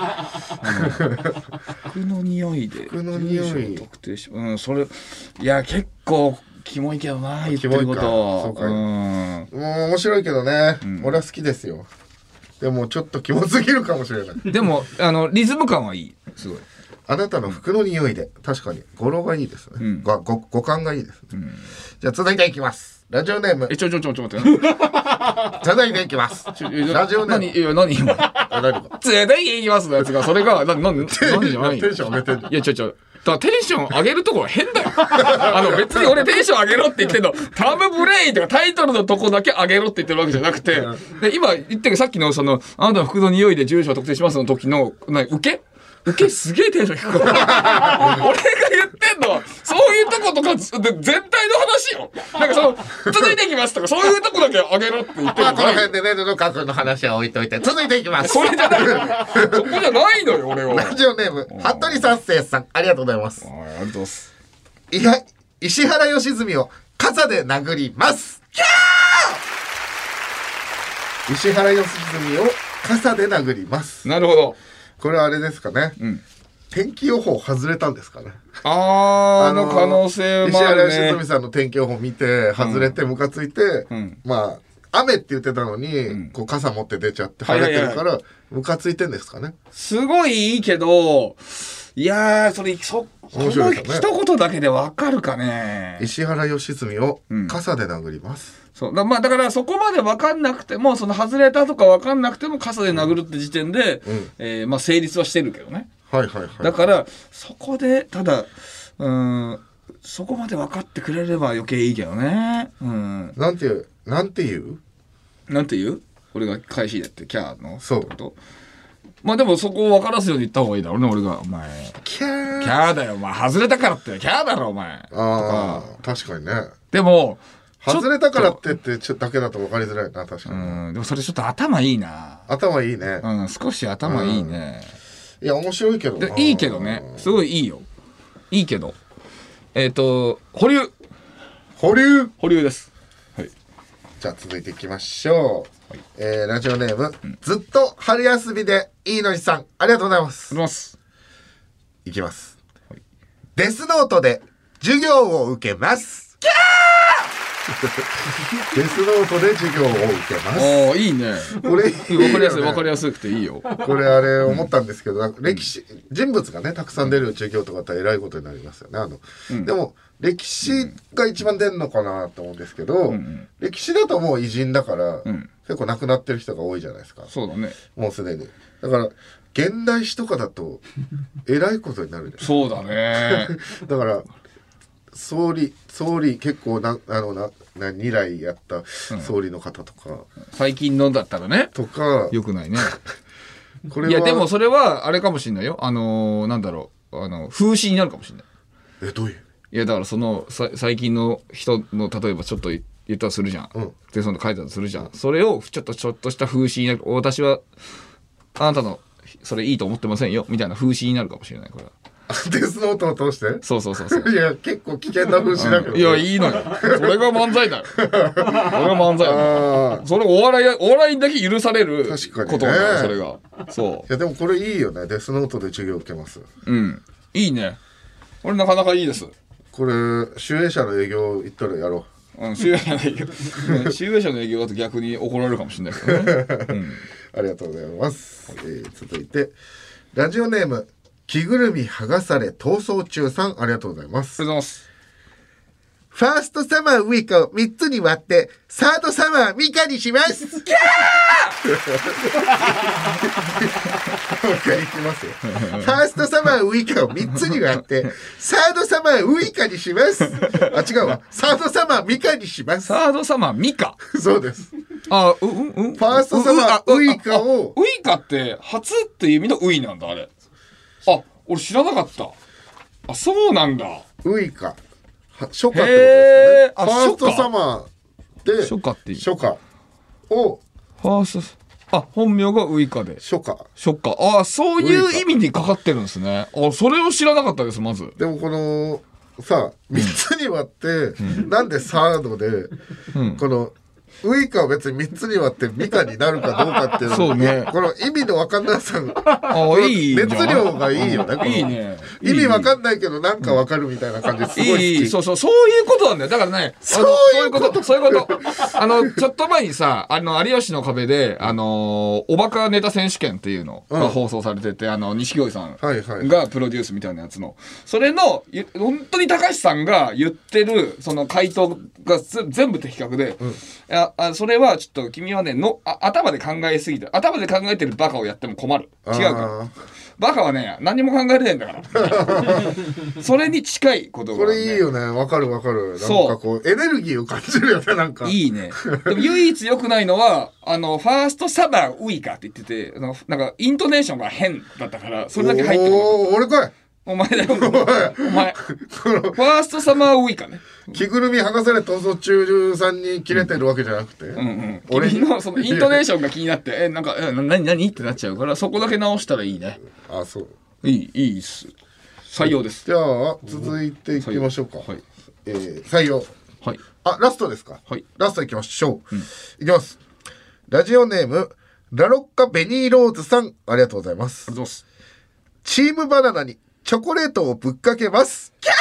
Speaker 2: の匂いで。
Speaker 1: 服の匂い
Speaker 2: 特定し、うん、それ、いや結構キモいけどな、言ってること。
Speaker 1: そうか。うん。もう面白いけどね、うん。俺は好きですよ。でもちょっとキモすぎるかもしれない。
Speaker 2: でもあのリズム感はいい。すごい。
Speaker 1: あなたの服の匂いで、確かに語呂がいいですね。うん、ごご五感がいいですね。うん、じゃあ続いていきます。ラジオネーム。
Speaker 2: えちょちょちょちょ待って。
Speaker 1: 続いていきます。ラジオネーム。何
Speaker 2: いや何今。続いていきますのやつがそれがなな何じゃない。
Speaker 1: テンション上げてる。
Speaker 2: いやちょちょ。だテンション上げるところ変だよ。あの別に俺テンション上げろって言ってんの、タムブレインとかタイトルのとこだけ上げろって言ってるわけじゃなくて、で今言ってるさっきのそのあなたの服の匂いで住所を特定しますの時のな受け受けすげえテンション低く俺が言ってんのはそういうとことか全体の話よ。なんかその続いていきますとかそういうとこだけ上げろって言ってるの。
Speaker 1: まあこの辺でね布川君の話は置いといて続いていきます。
Speaker 2: それじゃないそこじゃないのよ俺は。
Speaker 1: ラジオネーム服部三世さん、ありがとうございます。
Speaker 2: ありがとうございます。
Speaker 1: いや石原良純を傘で殴ります。キャー。石原良純を傘で殴ります。
Speaker 2: なるほど。
Speaker 1: これはあれですかね、うん、天気予報外れたんですかね。
Speaker 2: あーあの可能性もあるね。
Speaker 1: 石原良純さんの天気予報見て外れてムカついて、うん、まあ雨って言ってたのに、うん、こう傘持って出ちゃって晴れてるからムカついてんですかね。
Speaker 2: すごいいいけど、いやーそれそ面白いですね。一言だけでわかるかね。
Speaker 1: 石原良純を傘で殴ります、
Speaker 2: うん、そうだ、まあ、だからそこまで分かんなくてもその外れたとか分かんなくても傘で殴るって時点で、うんえーまあ、成立はしてるけどね。
Speaker 1: はいはいはい。
Speaker 2: だからそこでただうーんそこまで分かってくれれば余計いいけどね。うん。
Speaker 1: なんていうなんていう
Speaker 2: なんていう俺が返しでってキャーの
Speaker 1: そう
Speaker 2: ことまあでもそこを分からすように言った方がいいだろうね俺が。お前
Speaker 1: キャー
Speaker 2: キャーだよお前外れたからってキャーだろお前。
Speaker 1: ああ確かにね。
Speaker 2: でも
Speaker 1: 外れたからってってちょっとだけだと分かりづらいな確かに。
Speaker 2: うんでもそれちょっと頭いいな。
Speaker 1: 頭いいね。
Speaker 2: うん少し頭いいね。
Speaker 1: いや面白いけどな。
Speaker 2: いいけどねすごいいいよいいけどえっ、ー、と保留
Speaker 1: 保留
Speaker 2: 保留です。はい。
Speaker 1: じゃあ続いていきましょう。はい、えー、ラジオネーム、うん、ずっと春休みでいいのにさん、ありがとうございます。
Speaker 2: ありがとうございます。
Speaker 1: いきます、はい、デスノートで授業を受けます。キャーデスノートで授業を受けます。
Speaker 2: おーいいね。
Speaker 1: これいい、ね、
Speaker 2: 分かりやすい分かりやすくていいよ。
Speaker 1: これあれ思ったんですけど、うん、歴史人物がねたくさん出る授業とかだったら偉いことになりますよね。あの、うん、でも歴史が一番出るのかなと思うんですけど、うんうん、歴史だともう偉人だから、うん、結構亡くなってる人が多いじゃないですか。
Speaker 2: そうだね。
Speaker 1: もうすでに。だから現代史とかだと偉いことになるじゃん。
Speaker 2: そうだね。
Speaker 1: だから総理総理結構なあのななに代やった総理の方とか、うん、
Speaker 2: 最近のだったらね
Speaker 1: とか
Speaker 2: よくないね。これはいやでもそれはあれかもしれないよ。あのー、なんだろうあの風刺になるかもしれない。
Speaker 1: えどういう？
Speaker 2: いやだからそのさ最近の人の例えばちょっと言ったとするじゃん、うん、でその書いたとするじゃん、うん、それをちょっとちょっとした風刺になる。私はあなたのそれいいと思ってませんよみたいな風刺になるかもしれないから。
Speaker 1: デスノートを通して
Speaker 2: そうそうそうそう。
Speaker 1: いや、結構危険な風しだけど、
Speaker 2: うん。いや、いいのよ。それが漫才だよ。それが漫才だよ。それお笑い、お笑いだけ許されることだよ、ね、それが。そう。
Speaker 1: いや、でもこれいいよね。デスノートで授業受けます。
Speaker 2: うん。いいね。これなかなかいいです。
Speaker 1: これ、集英社の営業行ったらやろ
Speaker 2: う。うん、集英社の営業。集英社の営業だと逆に怒られるかもしれないけどね。うん、あ
Speaker 1: りがとうございます。えー、続いて、ラジオネーム、着ぐるみ剥がされ逃走中さん、ありがとうございます。
Speaker 2: ありがとうございます。
Speaker 1: ファーストサマーウイカをみっつに割って、サードサマーミカにします。キャーもう一回いきますよ。ファーストサマーウイカをみっつに割って、サードサマーウイカにします。あ、違うわ。サードサマーミカにします。
Speaker 2: サードサマーミカ
Speaker 1: そうです。
Speaker 2: あ、う、うん、うん。
Speaker 1: ファーストサマーウイカを。
Speaker 2: ウイカって、初っていう意味のウイなんだ、あれ。あ、俺知らなかった。あ、そうなんだ。
Speaker 1: ウイカ。初夏ってことですかね。ファーストサマーで
Speaker 2: 初夏っていう
Speaker 1: 初夏を
Speaker 2: ファーストあ本名がウイカで
Speaker 1: 初夏
Speaker 2: 初夏あそういう意味にかかってるんですね。あそれを知らなかったですまず。
Speaker 1: でもこのさみっつに割って、うん、なんでサードで、うん、このウイカを別にみっつに割ってミカになるかどうかっていうの
Speaker 2: そうね
Speaker 1: この意味の分かんなさが
Speaker 2: あいい
Speaker 1: 熱量がいいよね。
Speaker 2: いいね
Speaker 1: 意味分かんないけどなんか分かるみたいな感じですごい好き。
Speaker 2: いいそうそうそういうことなんだよ。だからね
Speaker 1: そういうこと
Speaker 2: そういうことあのちょっと前にさあの有吉の壁であのおバカネタ選手権っていうのが放送されてて、うん、あの錦鯉さんがプロデュースみたいなやつのそれの本当に高橋さんが言ってるその回答が全部的確で、うん、いやあそれはちょっと君はねのあ頭で考えすぎて頭で考えてるバカをやっても困る。違うからバカはね何も考えれないんだからそれに近いことが、ね、
Speaker 1: これいいよね。わかるわかる。なんかこうエネルギーを感じるよね。なんか
Speaker 2: いいね。でも唯一良くないのはあのファーストサマーウイカって言っててあのなんかイントネーションが変だったからそれだけ入ってくる。
Speaker 1: おー俺かい
Speaker 2: お前だよお前ファーストサマーウイカね。
Speaker 1: 着ぐるみ剥がされ逃走中さんに切れてるわけじゃなくて、うん
Speaker 2: うん、俺のそのイントネーションが気になってえなんかえ何何ってなっちゃうからそこだけ直したらいいね。
Speaker 1: あそう
Speaker 2: いいいいっす。採用です。
Speaker 1: じゃあ続いていきましょうか。はい、えー、採用。
Speaker 2: はい。
Speaker 1: あラストですか。
Speaker 2: はい。
Speaker 1: ラストいきましょう。うん、いきます。ラジオネームラロッカベニーローズさんありがとうございます。
Speaker 2: ありがとうございます。
Speaker 1: チームバナナにチョコレートをぶっかけます。キャ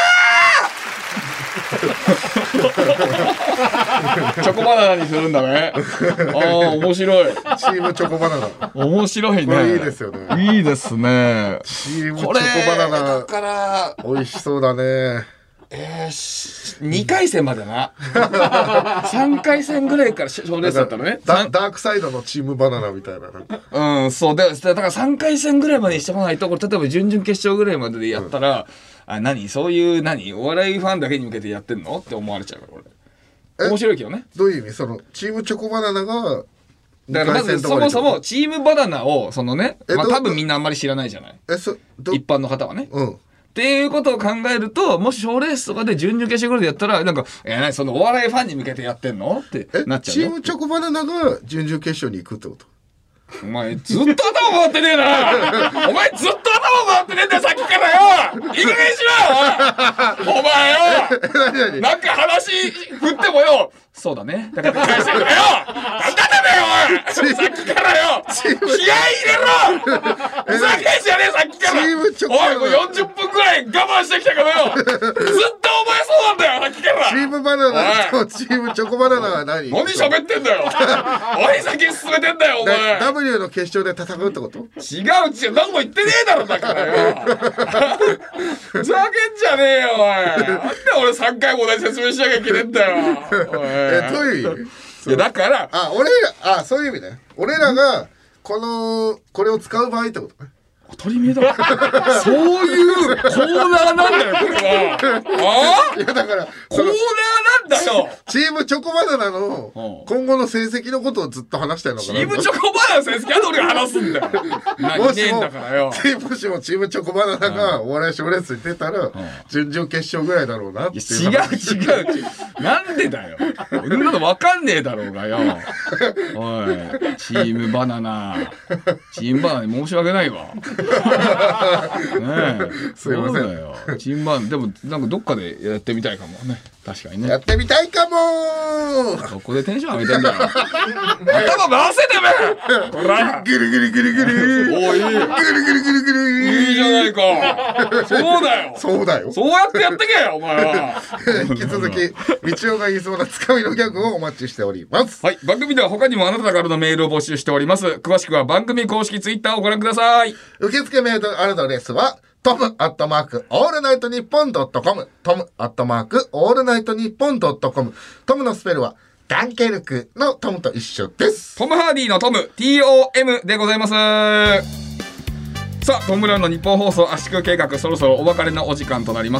Speaker 2: ーチョコバナナにするんだね。ああ面白い。
Speaker 1: チームチョコバナナ。
Speaker 2: 面白いね。
Speaker 1: これいいですよね。
Speaker 2: いいですね。
Speaker 1: チームチョコバナナ。
Speaker 2: だから
Speaker 1: 美味しそうだね。
Speaker 2: えー、にかい戦までな。さんかい戦ぐらいから賞レースだったのね。
Speaker 1: ダ, ダークサイドのチームバナナみたいな。
Speaker 2: うん、そう。だからさんかい戦ぐらいまでにしてこないと、これ例えば準々決勝ぐらいまででやったら、うん、あ、何そういう何お笑いファンだけに向けてやってんのって思われちゃうから、俺。面白いけどね。
Speaker 1: どういう意味その、チームチョコバナナが、
Speaker 2: だからまずそもそもチームバナナを、そのね、まあ多分みんなあんまり知らないじゃない。
Speaker 1: えそ
Speaker 2: 一般の方はね。
Speaker 1: うん。
Speaker 2: っていうことを考えるともし賞レースとかで準々決勝ぐらいでやったらなんか「えー、何そのお笑いファンに向けてやってんの?」ってなっちゃうよ。
Speaker 1: チームチョコバナナが準々決勝に行くってこと？
Speaker 2: お前ずっと頭回ってねえなお前ずっと頭回ってねえんだよさっきからよいい加減しろお前よなんか話振ってもよそうだねだから返してくれよなんだてめえよおいさっきからよ気合い入れろふざけんじゃねえさっきから
Speaker 1: チームチョコバナナ
Speaker 2: おいもうよんじゅっぷんくらい我慢してきたからよずっとお前そうなんだよさっきから
Speaker 1: チームバナナとチームチョコバナナは何
Speaker 2: 何喋ってんだよ何先進めてんだよお前
Speaker 1: W の決勝で戦うってこと？
Speaker 2: 違う違う何も言ってねえだろだからよふざけんじゃねえよおいなんで俺さんかいも同じ説明しなきゃいけねえんだよ
Speaker 1: えどういう意味？
Speaker 2: いやだから
Speaker 1: あ俺らあそういう意味ね俺らがこのこれを使う場合ってことね。
Speaker 2: 当たり前だそういうコーナーなんだよこれはあ
Speaker 1: いやだから
Speaker 2: コーナーなんだよ
Speaker 1: チ
Speaker 2: よ。
Speaker 1: チームチョコバナナの今後の成績のことをずっと話してるのかな。
Speaker 2: チームチョコバナナの成績はどれが話すんだよ。何ねえんだからよ。
Speaker 1: もしもチームチョコバナナがお笑い賞レースに出たら準々決勝ぐらいだろうなっていう。
Speaker 2: 違う違う。なんでだよ。そんなの分かんねえだろうがよ。おい、チームバナナ。チームバナナに申し訳ないわ。ねえ。
Speaker 1: すいません。
Speaker 2: そうだよ。チームバナナ、でもなんかどっかでやってみたいかもね。確かにね。
Speaker 1: やってみたいかもー。
Speaker 2: どこでテンション上げてんだよ。頭回せてめえ。ほら。
Speaker 1: ぐるぐるぐるぐる。
Speaker 2: おい。ぐる
Speaker 1: ぐるぐるぐるぐる。
Speaker 2: いいじゃないか。そうだよ。
Speaker 1: そうだよ。
Speaker 2: そうやってやってけよ、お前は。
Speaker 1: 引き続き、道夫が言いそうなつかみのギャグをお待ちしております。
Speaker 2: はい。番組では他にもあなたからのメールを募集しております。詳しくは番組公式ツイッターをご覧ください。
Speaker 1: 受付メールアドレスは、トムアットマークオールナイトニッポンドットコム、トムアットマークオールナイトニッポンドットコム。トムのスペルはダンケルクのトムと一緒です。
Speaker 2: トムハーディのトム ティーオーエム でございます。さあ、トムブラウンの日本放送圧縮計画、そろそろお別れのお時間となります。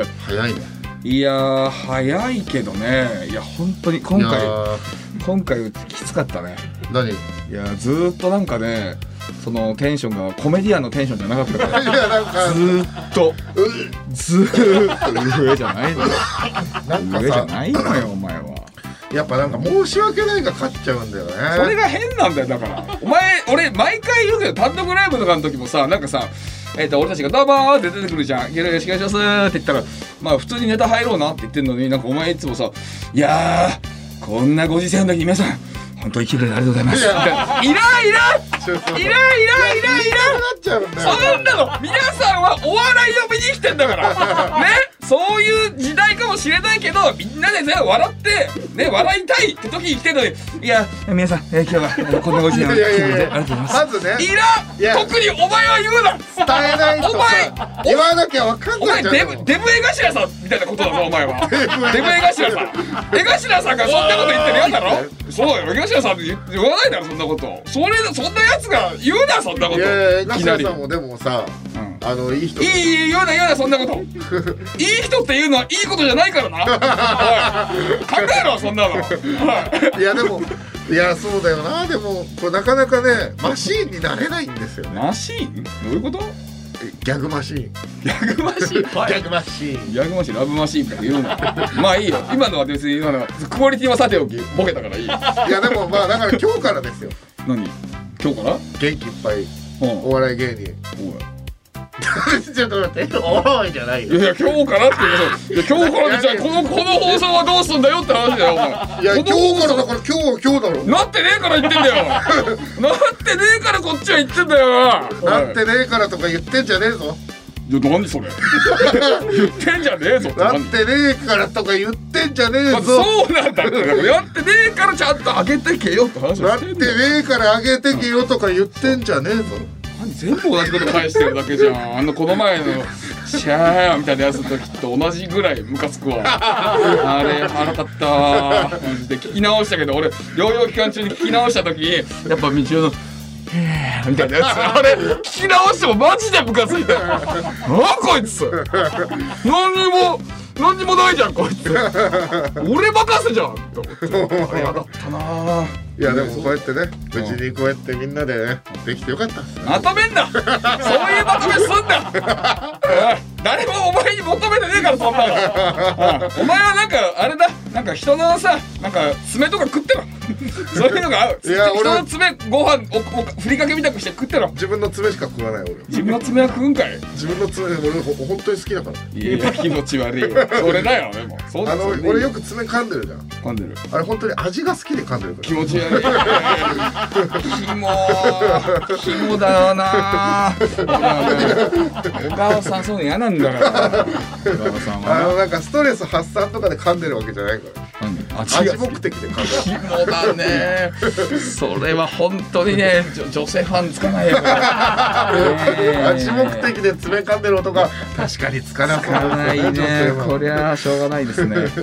Speaker 1: 早いね。
Speaker 2: いやー早いけどね。いや本当に今回今回きつかったね。
Speaker 1: 何？い
Speaker 2: やずーっとなんかね、そのテンションがコメディアンのテンションじゃなかったから。
Speaker 1: いやなんか
Speaker 2: ずーっとずーっと上じゃないのよ。
Speaker 1: なんかさ
Speaker 2: 上じゃないのよお前は。
Speaker 1: やっぱなんか申し訳ないが勝っちゃうんだよね。
Speaker 2: それが変なんだよ。だからお前俺毎回言うけど、単独ライブとかの時もさ、なんかさ、えー、と俺たちが「どうも」って出てくるじゃん。「よろしくお願いします」って言ったら、まあ普通にネタ入ろうなって言ってんのに、なんかお前いつもさ「いやーこんなご時世の時に皆さん本当に来てくれてありがとうございます」みたいな。イライライライライライラ
Speaker 1: なっちゃうんだよ。
Speaker 2: そんなの皆さんはお笑いを見に来てんだからね。そういう時代かもしれないけど、みんなでさ笑ってね、笑いたいって時に来てるのに、いや皆さん、えー、今日はこんなご時世の時に来てくれてありがとうございます。
Speaker 1: まずね、
Speaker 2: いら特にお前は言うな。
Speaker 1: 伝えないとさ、
Speaker 2: お前
Speaker 1: 言わなきゃ分かん
Speaker 2: お前
Speaker 1: ないじゃん。
Speaker 2: デブデブ江頭さんみたいなことだぞお前は。デブ江頭さん江頭さんがそんなこと言ってるやつだろ。そうよ、江頭さんって言言わないだろそんなこと。それそんなやつが言うなそんなこと。
Speaker 1: いやいや、
Speaker 2: いきなり
Speaker 1: 江頭さんもでもさ、
Speaker 2: うん、
Speaker 1: あのいい人。
Speaker 2: いいいい言うな言うなそんなこといい人っていうのはいいことじゃないからな。おい考えろそんなの。
Speaker 1: いやでも、いやそうだよな。でもこれなかなかね、マシーンになれないんですよね。
Speaker 2: マシーンどういうこと？
Speaker 1: ギャグマシーン。
Speaker 2: ギャグマシーン、
Speaker 1: ギャグマシーン。
Speaker 2: ギャグマシーン、ラブマシーンとか言うな。まあいいよ。今のは別に今のクオリティはさておきボケたからいい。い
Speaker 1: やでもまあだから今日からですよ。
Speaker 2: 何？今日から？
Speaker 1: 元気いっぱいお笑い芸人。ちょっと待って、おいじゃないよ。
Speaker 2: いや今日からって言うと、今日からでじゃあこのこの放送はどうすんだよって話だよお前。
Speaker 1: いや今日からだから今日は今日だろ。
Speaker 2: なってねえから言ってんだよ。なってねえからこっちは言ってんだよ。
Speaker 1: なってねえからとか言ってんじゃねえぞ。
Speaker 2: いや何それ。言ってんじゃねえぞって
Speaker 1: なってねえからとか言ってんじゃねえぞ。
Speaker 2: そうなんだって。やってねえからちゃんと上げてけよって話を
Speaker 1: なっ
Speaker 2: しててんだよ。
Speaker 1: ねえから上げてけよとか言ってんじゃねえぞ。
Speaker 2: 全部同じこと返してるだけじゃん。あのこの前のシャーみたいなやつの時と同じぐらいムカつくわ。あれ腹立ったわマジで。聞き直したけど俺療養期間中に聞き直した時にやっぱ道夫のへーみたいなやつあれ聞き直してもマジでムカついた。なあこいつ何にも何にもないじゃんこいつ。俺任せじゃんと思って。あれやだったな。
Speaker 1: いやでもこうやってね、無事にこうやってみんなでねできてよかったっすね。
Speaker 2: まとめんな。そういうまとめすんな。誰もお前に求めてねえからそんなの。お前はなんかあれだ、なんか人のさ、なんか爪とか食ってろ。そういうのが合う。
Speaker 1: いや俺
Speaker 2: 人の爪ご飯おおふりかけみたくして食ってろ。
Speaker 1: 自分の爪しか食わない俺。
Speaker 2: 自分の爪は食うんかい。
Speaker 1: 自分の爪俺ほ本当に好きだから。
Speaker 2: いや気持ち悪いよ。それだよでも。そうだ
Speaker 1: あの俺よく爪噛んでるじゃん。
Speaker 2: 噛んでる。
Speaker 1: あれ本当に味が好きで噛んでるから。
Speaker 2: 気持ち悪い。ひもひもだよな。小川さんそういうの嫌なんだから。小川さんは
Speaker 1: あのなんかストレス発散とかで噛んでるわけじゃないから。味目的で噛んでる。
Speaker 2: ひもだね。それは本当にね女性ファンつかないよ。
Speaker 1: 味目的で爪噛んでる音が確かにつかなそうです
Speaker 2: ないね。こりゃしょうがないですね。はい、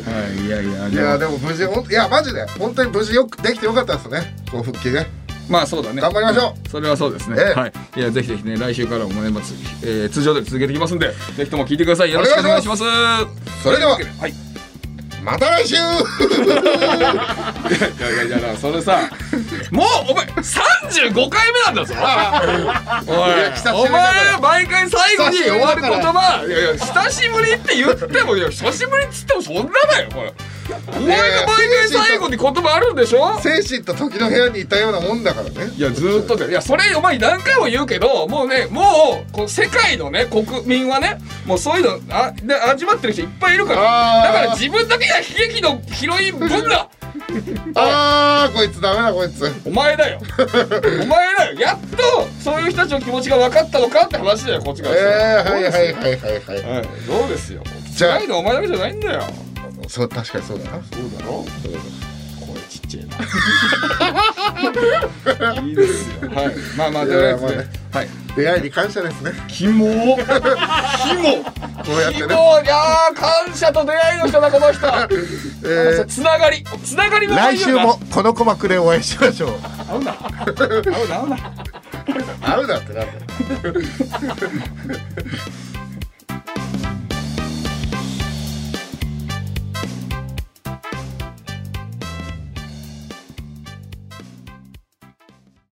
Speaker 2: いやいや
Speaker 1: いやでも無事ほんいやマジで本当に無事よくできてよかったですね。こう復帰ね。
Speaker 2: まあそうだね。
Speaker 1: 頑張りましょ
Speaker 2: う。それはそうですね。
Speaker 1: ええ、
Speaker 2: はい。いやぜひぜひね来週からもねまず、えー、通常で続けていきますんでぜひとも聞いてください。よろしくお願いします。
Speaker 1: それでは、
Speaker 2: はい。
Speaker 1: また来週。いやい
Speaker 2: やいやいや、それさ、もうお前さんじゅうごかいめなんだぞ。おい、お前毎回最後に終わる言葉、いやいや久しぶりって言っても、いや久しぶりっつってもそんなだよこれ。お前が毎回最後に言葉あるんでしょ。
Speaker 1: 精神と時の部屋にいたようなもんだからね。
Speaker 2: いやずーっとで、いやそれお前何回も言うけど、もうね、もうこう世界のね国民はね、もうそういうのあで味わってる人いっぱいいるから。だから自分だけが悲劇のヒロイン分だ。
Speaker 1: あーこいつダメだこいつ。
Speaker 2: お前だよお前だよ。やっとそういう人たちの気持ちが分かったのかって話だよこっちからしたら。
Speaker 1: えーはいはいはいはいはい、
Speaker 2: そうですよ。じゃあお前だけじゃないんだよ。
Speaker 1: そう確かにそうだな。
Speaker 2: そうだろ。声ちっちゃいな。いいですよ。はい。まあまあとりあえずね。はい。
Speaker 1: 出会いに感謝ですね。
Speaker 2: キモ。キモ。こ
Speaker 1: うやってね。
Speaker 2: キモ。いやー感謝と出会いの人だこの人。えー、つながり。つながりも
Speaker 1: 来週もこの鼓膜でお会いしましょう。
Speaker 2: 会うな。会うな会うな。
Speaker 1: 会うなってなんだよ。